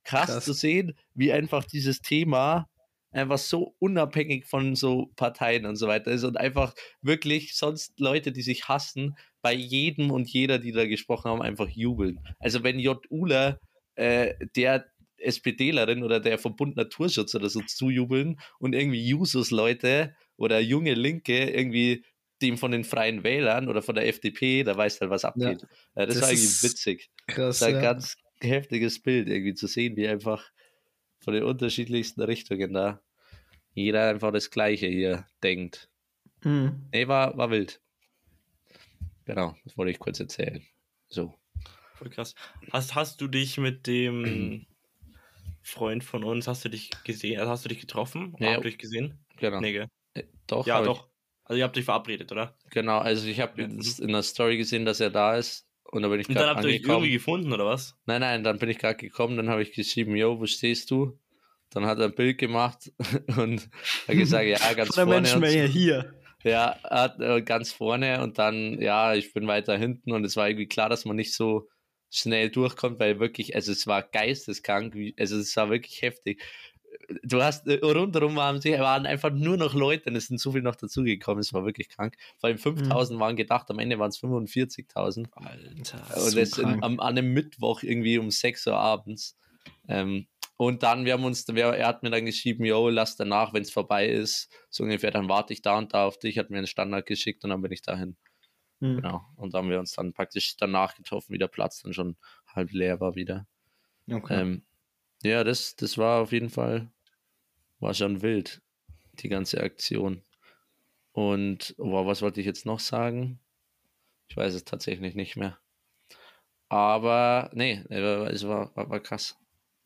krass, Krass. zu sehen, wie einfach dieses Thema einfach so unabhängig von so Parteien und so weiter ist und einfach wirklich sonst Leute, die sich hassen, bei jedem und jeder, die da gesprochen haben, einfach jubeln. Also wenn J. Uller äh, der SPDlerin oder der Verbund Naturschutz oder so zujubeln und irgendwie Jusos-Leute oder junge Linke irgendwie dem von den Freien Wählern oder von der F D P, da weiß halt, was abgeht. Ja, das, das war irgendwie ist witzig. Krass, Das war ein ja. ganz heftiges Bild, irgendwie zu sehen, wie einfach von den unterschiedlichsten Richtungen da jeder einfach das Gleiche hier denkt. Mhm. Nee, war, war wild. Genau, das wollte ich kurz erzählen. So. Voll krass. Hast, hast du dich mit dem Freund von uns, hast du dich gesehen, also hast du dich getroffen? Ja, Habt ihr dich gesehen? Genau. Nee, gell? Äh, Doch, Ja, hab doch. Also ihr habt euch verabredet, oder? Ich, genau, also ich habe Ja. in der Story gesehen, dass er da ist und da bin ich Und dann gerade habt ihr euch angekommen. irgendwie gefunden, oder was? Nein, nein, dann bin ich gerade gekommen, dann habe ich geschrieben, yo, wo stehst du? Dann hat er ein Bild gemacht und hat gesagt, ja, ganz Von der vorne. Menschenmenge und so. hier. Ja, hat, äh, ganz vorne und dann, ja, ich bin weiter hinten und es war irgendwie klar, dass man nicht so schnell durchkommt, weil wirklich, also es war geisteskrank, wie- also es war wirklich heftig. Du hast, äh, rundherum waren, sie, waren einfach nur noch Leute und es sind so viel noch dazugekommen, es war wirklich krank. Vor allem fünftausend waren gedacht, am Ende waren es fünfundvierzigtausend. Alter. Und so das in, krank. am, an einem Mittwoch irgendwie um sechs Uhr abends. Ähm, und dann, wir haben uns, wir, er hat mir dann geschrieben, yo, lass danach, wenn es vorbei ist, so ungefähr, dann warte ich da und da auf dich, hat mir einen Standard geschickt und dann bin ich dahin. Mhm. Genau. Und dann haben wir uns dann praktisch danach getroffen, wie der Platz dann schon halb leer war wieder. Okay. Ähm, ja, das, das war auf jeden Fall, war schon wild, die ganze Aktion. Und, wow, was wollte ich jetzt noch sagen? Ich weiß es tatsächlich nicht mehr. Aber, nee, es war, war, war krass.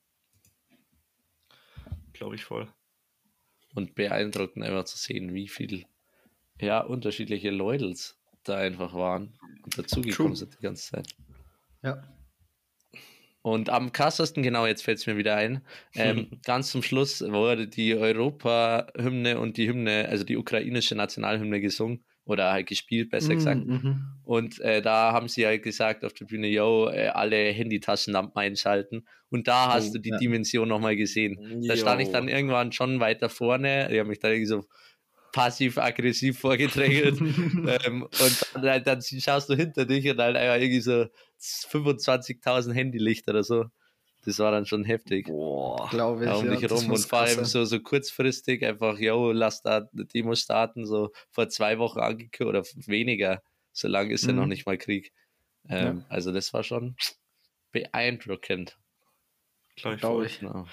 Glaube ich voll. Und beeindruckend einfach zu sehen, wie viel, ja, unterschiedliche Leutels da einfach waren und dazugekommen True. sind die ganze Zeit. Ja. Und am krassesten, genau, jetzt fällt es mir wieder ein, ähm, ganz zum Schluss wurde die Europa-Hymne und die Hymne, also die ukrainische Nationalhymne gesungen oder halt gespielt, besser gesagt. Mhm. Und äh, da haben sie halt gesagt auf der Bühne, yo, äh, alle Handytaschenlampen einschalten. Und da hast Oh, du die ja. Dimension nochmal gesehen. Da stand ich dann irgendwann schon weiter vorne, die haben mich da irgendwie so passiv-aggressiv vorgedrängelt. ähm, und dann, dann schaust du hinter dich und halt einfach irgendwie so fünfundzwanzigtausend Handylichter oder so. Das war dann schon heftig. Boah. Glaube ich. Ja, um ja, dich das rum muss und vor allem krass so, so kurzfristig einfach, yo, lass da eine Demo starten, so vor zwei Wochen angekündigt oder weniger, so lange ist ja Mhm. noch nicht mal Krieg. Ähm, Ja. Also das war schon beeindruckend. Glaube ich Glaube voll. ich. Genau.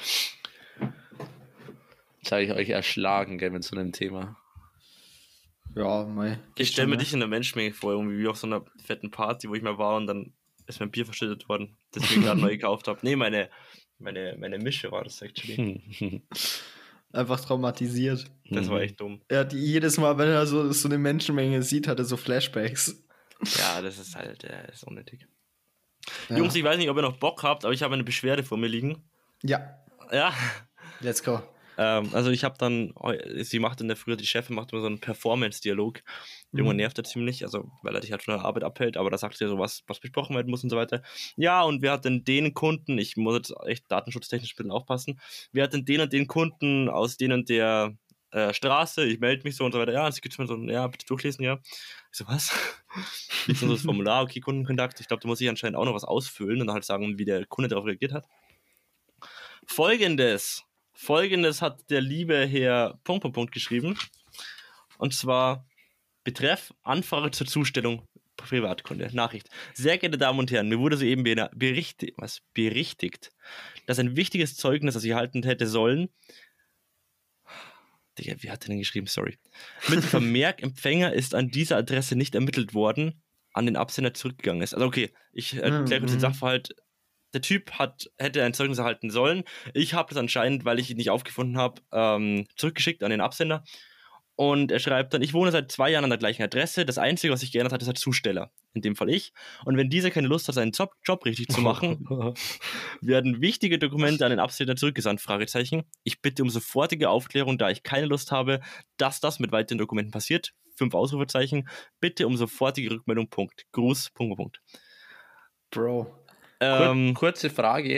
Jetzt habe ich euch erschlagen, gell, mit so einem Thema. Ja, mei. Ich stelle mir Ja. dich in der Menschenmenge vor, irgendwie wie auf so einer fetten Party, wo ich mal war und dann ist mein Bier verschüttet worden, das ich mir gerade neu gekauft habe. Nee, meine, meine, meine Mische war das actually. Einfach traumatisiert. Das Mhm. war echt dumm. Er hat jedes Mal, wenn er so, so eine Menschenmenge sieht, hat er so Flashbacks. Ja, das ist halt, äh, ist unnötig. Ja. Jungs, ich weiß nicht, ob ihr noch Bock habt, aber ich habe eine Beschwerde vor mir liegen. Ja, Ja. let's go. Ähm, also ich habe dann, sie macht in der Früh, die Chefin macht immer so einen Performance-Dialog. Irgendwann Mhm. nervt er ziemlich, also weil er dich halt von der Arbeit abhält, aber da sagt sie so, was, was besprochen werden muss und so weiter. Ja, und wer hat denn den Kunden, ich muss jetzt echt datenschutztechnisch ein bisschen aufpassen, wer hat denn den und den Kunden aus den und der äh, Straße, ich melde mich so und so weiter. Ja, und sie gibt mir so, ja, bitte durchlesen, ja. Ich so, was? Liegt so das Formular, okay, Kundenkontakt. Ich glaube, da muss ich anscheinend auch noch was ausfüllen und dann halt sagen, wie der Kunde darauf reagiert hat. Folgendes. Folgendes hat der liebe Herr Punkt, Punkt, Punkt geschrieben. Und zwar Betreff Anfrage zur Zustellung Privatkunde. Nachricht. Sehr geehrte Damen und Herren, mir wurde soeben bena- berichtigt, was, berichtigt, dass ein wichtiges Zeugnis, das ich erhalten hätte sollen, Digga, wie hat er denn geschrieben? Sorry. Mit dem Vermerk, Empfänger ist an dieser Adresse nicht ermittelt worden, an den Absender zurückgegangen ist. Also okay, ich erkläre kurz den Mhm. Sachverhalt. Der Typ hat, hätte ein Zeugnis erhalten sollen. Ich habe das anscheinend, weil ich ihn nicht aufgefunden habe, ähm, zurückgeschickt an den Absender. Und er schreibt dann, ich wohne seit zwei Jahren an der gleichen Adresse. Das Einzige, was sich geändert hat, ist der Zusteller. In dem Fall ich. Und wenn dieser keine Lust hat, seinen Job, Job richtig zu machen, werden wichtige Dokumente an den Absender zurückgesandt, Fragezeichen. Ich bitte um sofortige Aufklärung, da ich keine Lust habe, dass das mit weiteren Dokumenten passiert. Fünf Ausrufezeichen. Bitte um sofortige Rückmeldung, Punkt. Gruß, Punkt, Punkt. Bro. Kur Ähm, kurze Frage.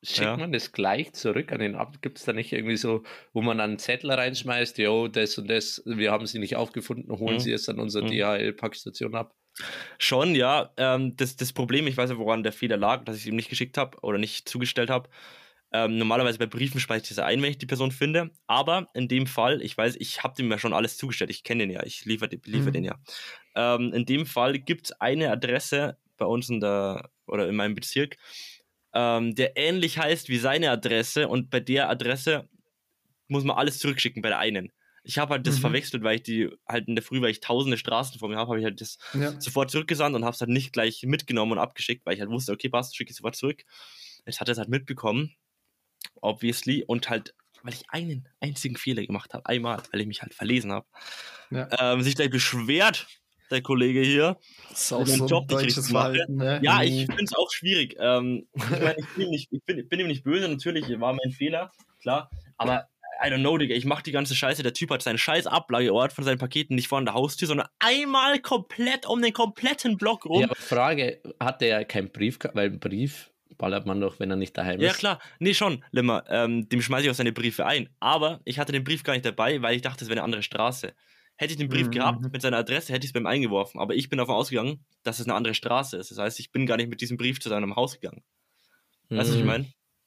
schickt Ja. man das gleich zurück an den ab? Gibt es da nicht irgendwie so, wo man dann einen Zettel reinschmeißt, jo, das und das, wir haben sie nicht aufgefunden, holen Mhm. sie es an unsere Mhm. D H L-Packstation ab? Schon, ja. Ähm, das, das Problem, ich weiß ja, woran der Fehler lag, dass ich es ihm nicht geschickt habe oder nicht zugestellt habe. Ähm, normalerweise bei Briefen speichere ich das ein, wenn ich die Person finde. Aber in dem Fall, ich weiß, ich habe dem ja schon alles zugestellt. Ich kenne den ja, ich liefere liefer Mhm. den ja. Ähm, in dem Fall gibt es eine Adresse bei uns in der, oder in meinem Bezirk, ähm, der ähnlich heißt wie seine Adresse, und bei der Adresse muss man alles zurückschicken, bei der einen. Ich habe halt das Mhm. verwechselt, weil ich die halt in der Früh, weil ich tausende Straßen vor mir habe, habe ich halt das Ja. sofort zurückgesandt und habe es halt nicht gleich mitgenommen und abgeschickt, weil ich halt wusste, okay, passt, schicke ich sofort zurück. Jetzt hat er es halt mitbekommen, obviously, und halt, weil ich einen einzigen Fehler gemacht habe, einmal, weil ich mich halt verlesen habe, Ja. ähm, sich gleich beschwert, der Kollege hier, Das ist dass auch ich meinen so ein Job nicht deutsches richtig mache. Verhalten, ne? Ja, ich finde es auch schwierig. Ähm, ich meine, ich bin, ihm nicht, ich, bin, ich bin ihm nicht böse, natürlich war mein Fehler, klar, aber I don't know, Digga, ich mach die ganze Scheiße. Der Typ hat seinen scheiß Ablageort von seinen Paketen nicht vor an der Haustür, sondern einmal komplett um den kompletten Block rum. Ja, aber Frage, hat der keinen Brief gehabt? Weil einen Brief ballert man doch, wenn er nicht daheim Ja, ist. klar. Nee, schon, Limmer. Ähm, dem schmeiße ich auch seine Briefe ein. Aber ich hatte den Brief gar nicht dabei, weil ich dachte, es wäre eine andere Straße. Hätte ich den Brief Mhm. gehabt mit seiner Adresse, hätte ich es beim eingeworfen. Aber ich bin davon ausgegangen, dass es eine andere Straße ist. Das heißt, ich bin gar nicht mit diesem Brief zu seinem Haus gegangen. Weißt du, was ich Mhm. meine?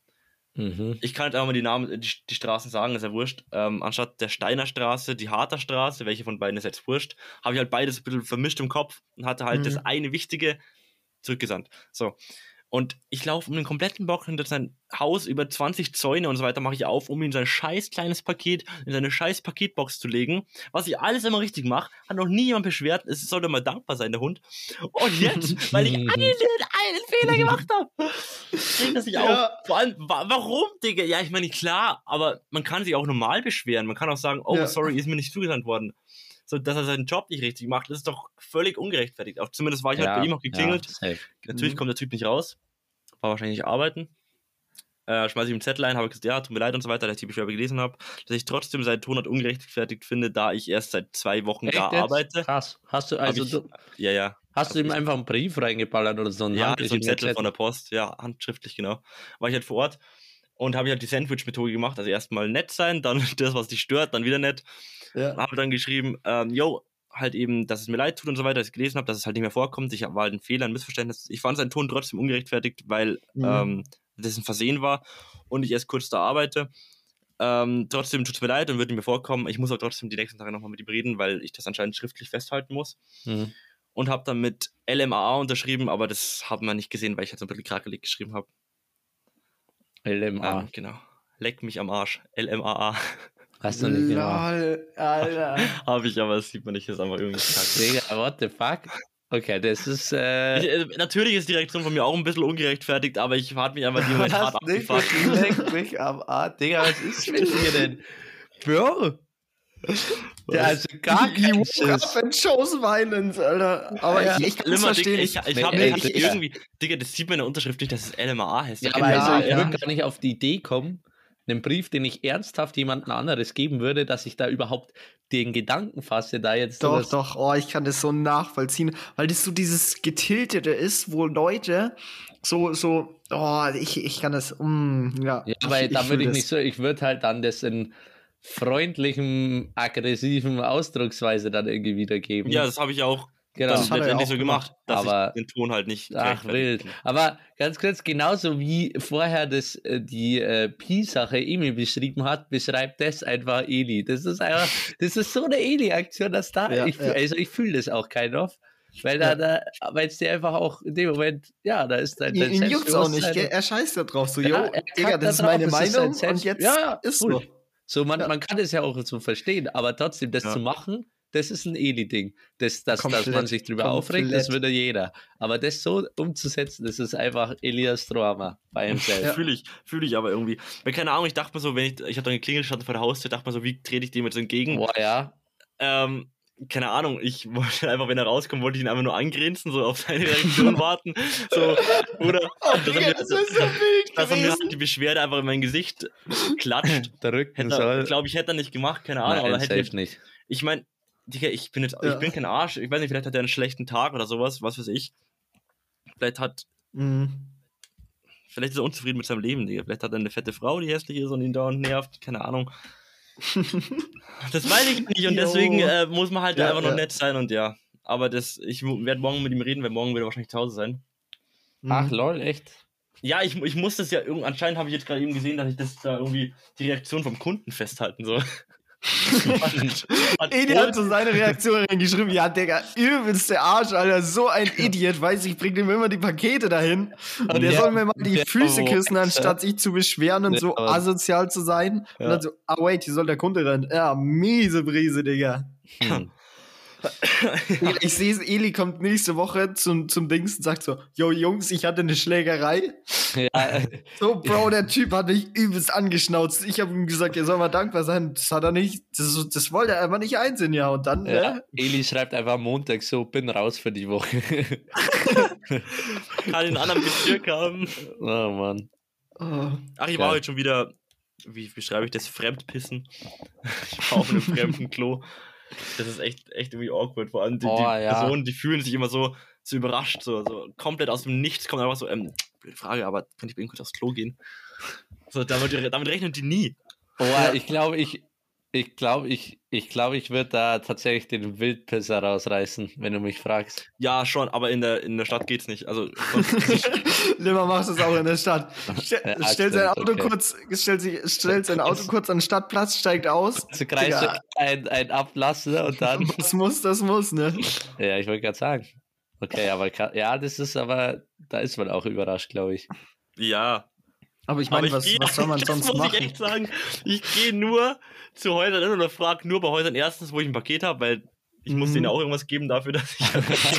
Mhm. Ich kann jetzt einfach mal die Namen, die, die Straßen sagen, ist ja wurscht. Ähm, anstatt der Steiner Straße, die Harter Straße, welche von beiden ist jetzt wurscht, habe ich halt beides ein bisschen vermischt im Kopf und hatte halt Mhm. das eine Wichtige zurückgesandt. So. Und ich laufe um den kompletten Block hinter sein Haus über zwanzig Zäune und so weiter, mache ich auf, um ihm sein scheiß kleines Paket in seine scheiß Paketbox zu legen. Was ich alles immer richtig mache, hat noch nie jemand beschwert. Es sollte mal dankbar sein, der Hund. Und jetzt, weil ich einen, einen Fehler gemacht habe, regt er sich Ja. auf. Vor allem, wa warum, Digga? Ja, ich meine, klar, aber man kann sich auch normal beschweren. Man kann auch sagen, oh, Ja. sorry, ist mir nicht zugesandt worden. So, dass er seinen Job nicht richtig macht, das ist doch völlig ungerechtfertigt. Auch zumindest war ich halt bei ihm auch geklingelt. Ja, safe. Natürlich Mhm. kommt der Typ nicht raus. War wahrscheinlich nicht arbeiten. Äh, schmeiße ich ihm einen Zettel ein, habe gesagt, ja, tut mir leid und so weiter, dass ich die Beschwerde gelesen habe. Dass ich trotzdem seinen Ton ungerechtfertigt finde, da ich erst seit zwei Wochen Echt da jetzt? arbeite. Krass. Hast du, Hab also ich, du, ja, ja. hast du Hab ihm ich- einfach einen Brief reingeballert oder so einen Ja, so ein handgeschriebenen Zettel von der Post, ja, handschriftlich, genau. War ich halt vor Ort und habe ich halt die Sandwich-Methode gemacht. Also erstmal nett sein, dann das, was dich stört, dann wieder nett. Ja. Habe dann geschrieben, ähm, yo, halt eben, dass es mir leid tut und so weiter, dass ich gelesen habe, dass es halt nicht mehr vorkommt. Ich war halt ein Fehler, ein Missverständnis. Ich fand seinen Ton trotzdem ungerechtfertigt, weil Mhm. ähm, das ein Versehen war und ich erst kurz da arbeite. Ähm, trotzdem tut es mir leid und würde mir vorkommen. Ich muss auch trotzdem die nächsten Tage nochmal mit ihm reden, weil ich das anscheinend schriftlich festhalten muss. Mhm. Und habe dann mit L M A A unterschrieben, aber das hat man nicht gesehen, weil ich halt so ein bisschen krakelig geschrieben habe. L M A. Ähm, genau. Leck mich am Arsch. L M A A. Hast du nicht genau. Lol, Alter. Habe ich, aber das sieht man nicht, das ist einfach irgendwie kacke. Digga, what the fuck? Okay, das ist, äh, Ich, äh, natürlich ist die Reaktion von mir auch ein bisschen ungerechtfertigt, aber ich hatte mich einfach die Moment hart Was nicht, abgefuckt. leck mich am Arsch. Digga, was ist mit dir denn? Bro. der also gar He kein woke Schiss. up and chose violence, Alter. Aber Ja. ich, ich kann es Limmer, verstehen. Digga, Ich, ich, ich Nee, habe ey, ich Digga. irgendwie, Digga, das sieht man in der Unterschrift nicht, dass es L M A A heißt. Ja, Da aber kennt also, man- ich ja. würde gar nicht auf die Idee kommen, einen Brief, den ich ernsthaft jemandem anderes geben würde, dass ich da überhaupt den Gedanken fasse, da jetzt doch, sowas- doch, oh, ich kann das so nachvollziehen, weil das so dieses Getiltete ist, wo Leute so, so, oh, ich, ich kann das, mm, ja. Ja, aber ich, da fühl würde ich das. nicht so, ich würde halt dann das in freundlichem, aggressiven Ausdrucksweise dann irgendwie wiedergeben. Ja, das habe ich auch genau. Das hat er ja letztendlich auch so gemacht, dass aber- ich den Ton halt nicht Ach, gerechtfertigt wild. finde. Aber ganz kurz, genauso wie vorher das, äh, die äh, Pi-Sache Emil beschrieben hat, beschreibt das einfach Eli. Das ist einfach, das ist so eine Eli-Aktion, dass da, Ja, ich, ja. also ich fühle das auch kein of, weil da, Ja. da, weil es dir einfach auch in dem Moment, ja, da ist dein, Ihn, dein ihn juckt's auch nicht, Selbstbewusstsein- gell? Er scheißt da drauf, so, Ja, jo, er Digga, kackt das ist da drauf, meine es ist sein Meinung und Selbst- jetzt ja, ja, ist cool. so. So, man, Ja. man kann es ja auch so verstehen, aber trotzdem, das Ja. zu machen, das ist ein Eli-Ding. Das, das, dass man Komplett, sich drüber aufregt, das komplett. würde jeder. Aber das so umzusetzen, das ist einfach Elias Drama bei ihm selbst. Ja. Fühle ich, fühle ich aber irgendwie. Weil, keine Ahnung, ich dachte mir so, wenn ich, ich habe dann geklingelt, stand vor der Haustür, dachte mir so, wie trete ich dem jetzt entgegen? Boah, ja. Ähm, keine Ahnung, ich wollte einfach, wenn er rauskommt, wollte ich ihn einfach nur angrinsen, so auf seine Reaktion warten. So, oder dass er mir, das ist so wild dass er mir gewesen. halt die Beschwerde einfach in mein Gesicht klatscht. Der Rücken Hätte er, soll. glaube ich, hätte er nicht gemacht, keine Ahnung, Nein, aber hätte safe nicht. ich meine, Digga, ich bin jetzt, Ja. ich bin kein Arsch, ich weiß nicht, vielleicht hat er einen schlechten Tag oder sowas, was weiß ich. Vielleicht hat, Mhm. Vielleicht ist er unzufrieden mit seinem Leben, Digga. Vielleicht hat er eine fette Frau, die hässlich ist und ihn dauernd nervt. Keine Ahnung. Das weiß ich nicht und deswegen äh, muss man halt Ja, einfach noch ja. nett sein und ja. Aber das, ich werde morgen mit ihm reden, weil morgen wird er wahrscheinlich zu Hause sein. Ach, lol, echt? Ja, ich, ich muss das ja irgendwie, anscheinend habe ich jetzt gerade eben gesehen, dass ich das da irgendwie die Reaktion vom Kunden festhalten soll. Edi hat so seine Reaktion reingeschrieben. Ja, Digga, übelste Arsch, Alter. So ein Idiot, weiß ich, bringt ihm immer die Pakete dahin. Und der Ja, soll mir mal die der Füße Wo- küssen, anstatt sich zu beschweren und Ja, so aber- asozial zu sein. Und Ja. dann so, ah, wait, hier soll der Kunde rein. Ja, miese Brise, Digga. Hm. Digga, ich sehe, Eli kommt nächste Woche zum, zum Dings und sagt so, yo, Jungs, ich hatte eine Schlägerei. Ja, So, Bro, der Typ hat mich übelst angeschnauzt. Ich habe ihm gesagt, er soll mal dankbar sein. Das hat er nicht, das, das wollte er einfach nicht einsehen, ja. Und dann, ja. ne? Eli schreibt einfach am Montag so, bin raus für die Woche. Kann den anderen Bezirk haben. Oh Mann. Oh. Ach, ich Geil. war heute schon wieder, wie beschreibe ich das? Fremdpissen. Ich war auf einem fremden Klo. Das ist echt, echt irgendwie awkward. Vor allem die, Oh, die ja. Personen, die fühlen sich immer so, so überrascht, so, so komplett aus dem Nichts kommt einfach so, ähm, blöde Frage, aber kann ich bei Ihnen kurz aufs Klo gehen? So, damit, damit rechnen die nie. Oh, ich glaube, ich, ich glaube, ich, ich glaube, ich würde da tatsächlich den Wildpisser rausreißen, wenn du mich fragst. Ja, schon, aber in der, in der Stadt geht's nicht. Also, Limmer macht es auch in der Stadt. Stell, Ja, stellt sein stimmt, Auto okay. kurz, stellt, sich, stellt sein Auto kurz an den Stadtplatz, steigt aus. Also kreist Digga, ein, ein Ablassen und dann. was muss, das muss, ne? Ja, ich wollte gerade sagen. Okay, aber kann- ja, das ist aber, da ist man auch überrascht, glaube ich. ja. Aber ich Aber meine, ich was, geh, was soll man das sonst muss machen? ich echt sagen. Ich gehe nur zu Häusern hin oder frage nur bei Häusern erstens, wo ich ein Paket habe, weil ich muss Mhm. denen auch irgendwas geben dafür, dass ich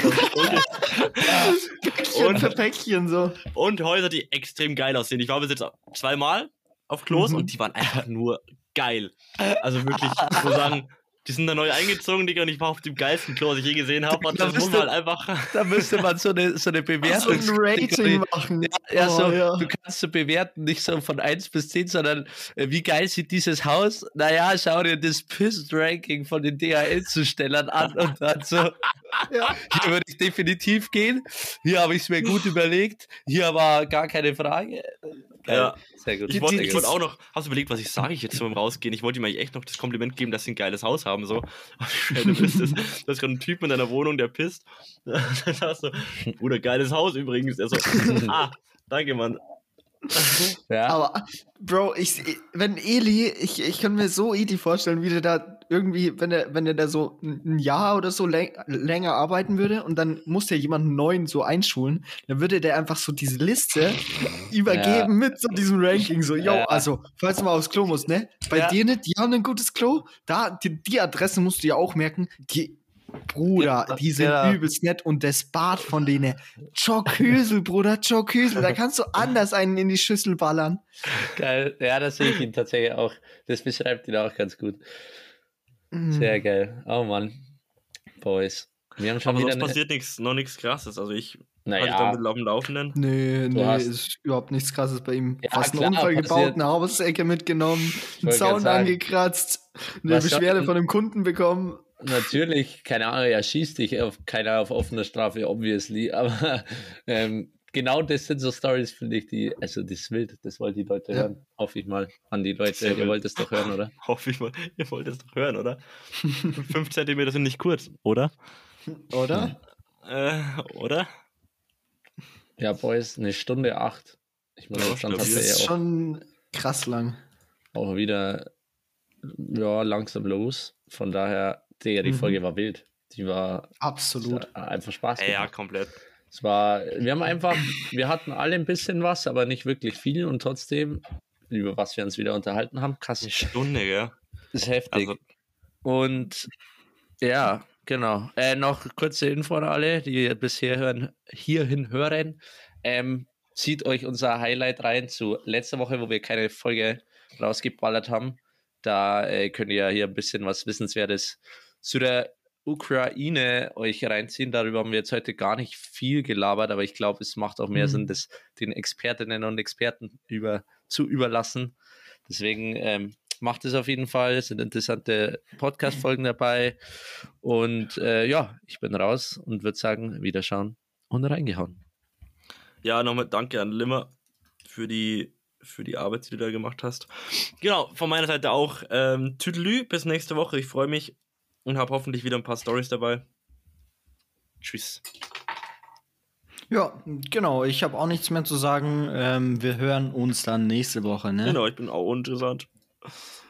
Päckchen Und- für Päckchen so. und Häuser, die extrem geil aussehen. Ich war bis jetzt zweimal auf Klos Mhm. und die waren einfach nur geil. Also wirklich, ich muss sagen, die sind da neu eingezogen, Digga, und ich war auf dem geilsten Klo, was ich je gesehen habe. Und Da das muss müsste- man halt einfach. Da müsste man so eine, so eine So Bewertung. ein Rating machen. Ja, ja, Oh, so, ja. du kannst so bewerten, nicht so von eins bis zehn, sondern äh, wie geil sieht dieses Haus? Naja, schau dir das Piss-Ranking von den D H L-Zustellern an und dann so, Ja. hier würde ich definitiv gehen, hier habe ich es mir gut überlegt, hier war gar keine Frage. Geil. Ja. Sehr gut. Ich wollte die- ich wollte auch noch, hab's überlegt, was ich sage ich jetzt so beim Rausgehen. Ich wollte ihm eigentlich echt noch das Kompliment geben, dass sie ein geiles Haus haben. So. Aber du bist das, du hast gerade einen Typen in deiner Wohnung, der pisst. Dann sagst du, Bruder, geiles Haus übrigens. Er so, ah, danke, Mann. Ja. Aber, Bro, ich, wenn Eli, ich, ich kann mir so Eli vorstellen, wie der da irgendwie, wenn er, wenn er da so ein Jahr oder so läng, länger arbeiten würde und dann muss der jemanden neuen so einschulen, dann würde der einfach so diese Liste übergeben Ja. mit so diesem Ranking, so, yo, Ja. also, falls du mal aufs Klo musst, ne? Bei Ja. denen, die haben ein gutes Klo, da, die, die Adresse musst du ja auch merken, die, Bruder, Ja, die sind ja. übelst nett und das Bad von denen, Jockhüsel, Bruder, Jockhüsel, da kannst du anders einen in die Schüssel ballern. Geil. Ja, das sehe ich ihn tatsächlich auch. Das beschreibt ihn auch ganz gut. Mhm. Sehr geil. Oh Mann. Boys. Wir haben schon Aber wieder sonst eine... passiert nichts, noch nichts krasses. Also ich halte Naja, da mit auf dem Laufenden. Nee, nee, hast- ist überhaupt nichts Krasses bei ihm. Ja, Fast einen klar, Unfall passiert. gebaut, eine Hausecke mitgenommen, einen wollte Zaun grad sagen. angekratzt, eine Was soll Beschwerde denn- von einem Kunden bekommen. natürlich, keine Ahnung, er schießt dich auf keiner auf offener Strafe, obviously, aber ähm, genau das sind so Stories, finde ich, die, also das ist wild, das wollen die Leute Ja. hören, hoffe ich mal an die Leute, Sehr ihr wild. wollt es doch hören, oder? Hoffe ich mal. Ihr wollt es doch hören, oder? Fünf Zentimeter sind nicht kurz, oder? Oder? Äh, oder? Ja, Boys, eine Stunde acht. Ich muss Ja, jetzt dann stabil. Das tatsächlich ist auch, schon krass lang. auch wieder ja, langsam los. Von daher, Digga, die Mhm. Folge war wild. Die war Absolut. äh, einfach Spaß Ja, ja, gemacht. komplett. Es war, wir haben einfach, wir hatten alle ein bisschen was, aber nicht wirklich viel und trotzdem, über was wir uns wieder unterhalten haben, krass, Eine Stunde, gell? ist heftig. Also, Und ja, genau. Äh, noch kurze Info an alle, die bisher hören, hierhin hören. Ähm, zieht euch unser Highlight rein zu letzter Woche, wo wir keine Folge rausgeballert haben. Da äh, könnt ihr hier ein bisschen was Wissenswertes zu der Ukraine euch reinziehen. Darüber haben wir jetzt heute gar nicht viel gelabert, aber ich glaube, es macht auch mehr Mhm. Sinn, das den Expertinnen und Experten über, zu überlassen. Deswegen ähm, macht es auf jeden Fall. Es sind interessante Podcast-Folgen dabei. Und äh, ja, ich bin raus und würde sagen, Wiederschauen und reingehauen. ja, nochmal danke an Limmer für die, für die Arbeit, die du da gemacht hast. Genau, von meiner Seite auch ähm, Tüdelü, bis nächste Woche. Ich freue mich und habe hoffentlich wieder ein paar Storys dabei. Tschüss. Ja, genau. Ich habe auch nichts mehr zu sagen. Ähm, wir hören uns dann nächste Woche, ne? Genau, ich bin auch uninteressant.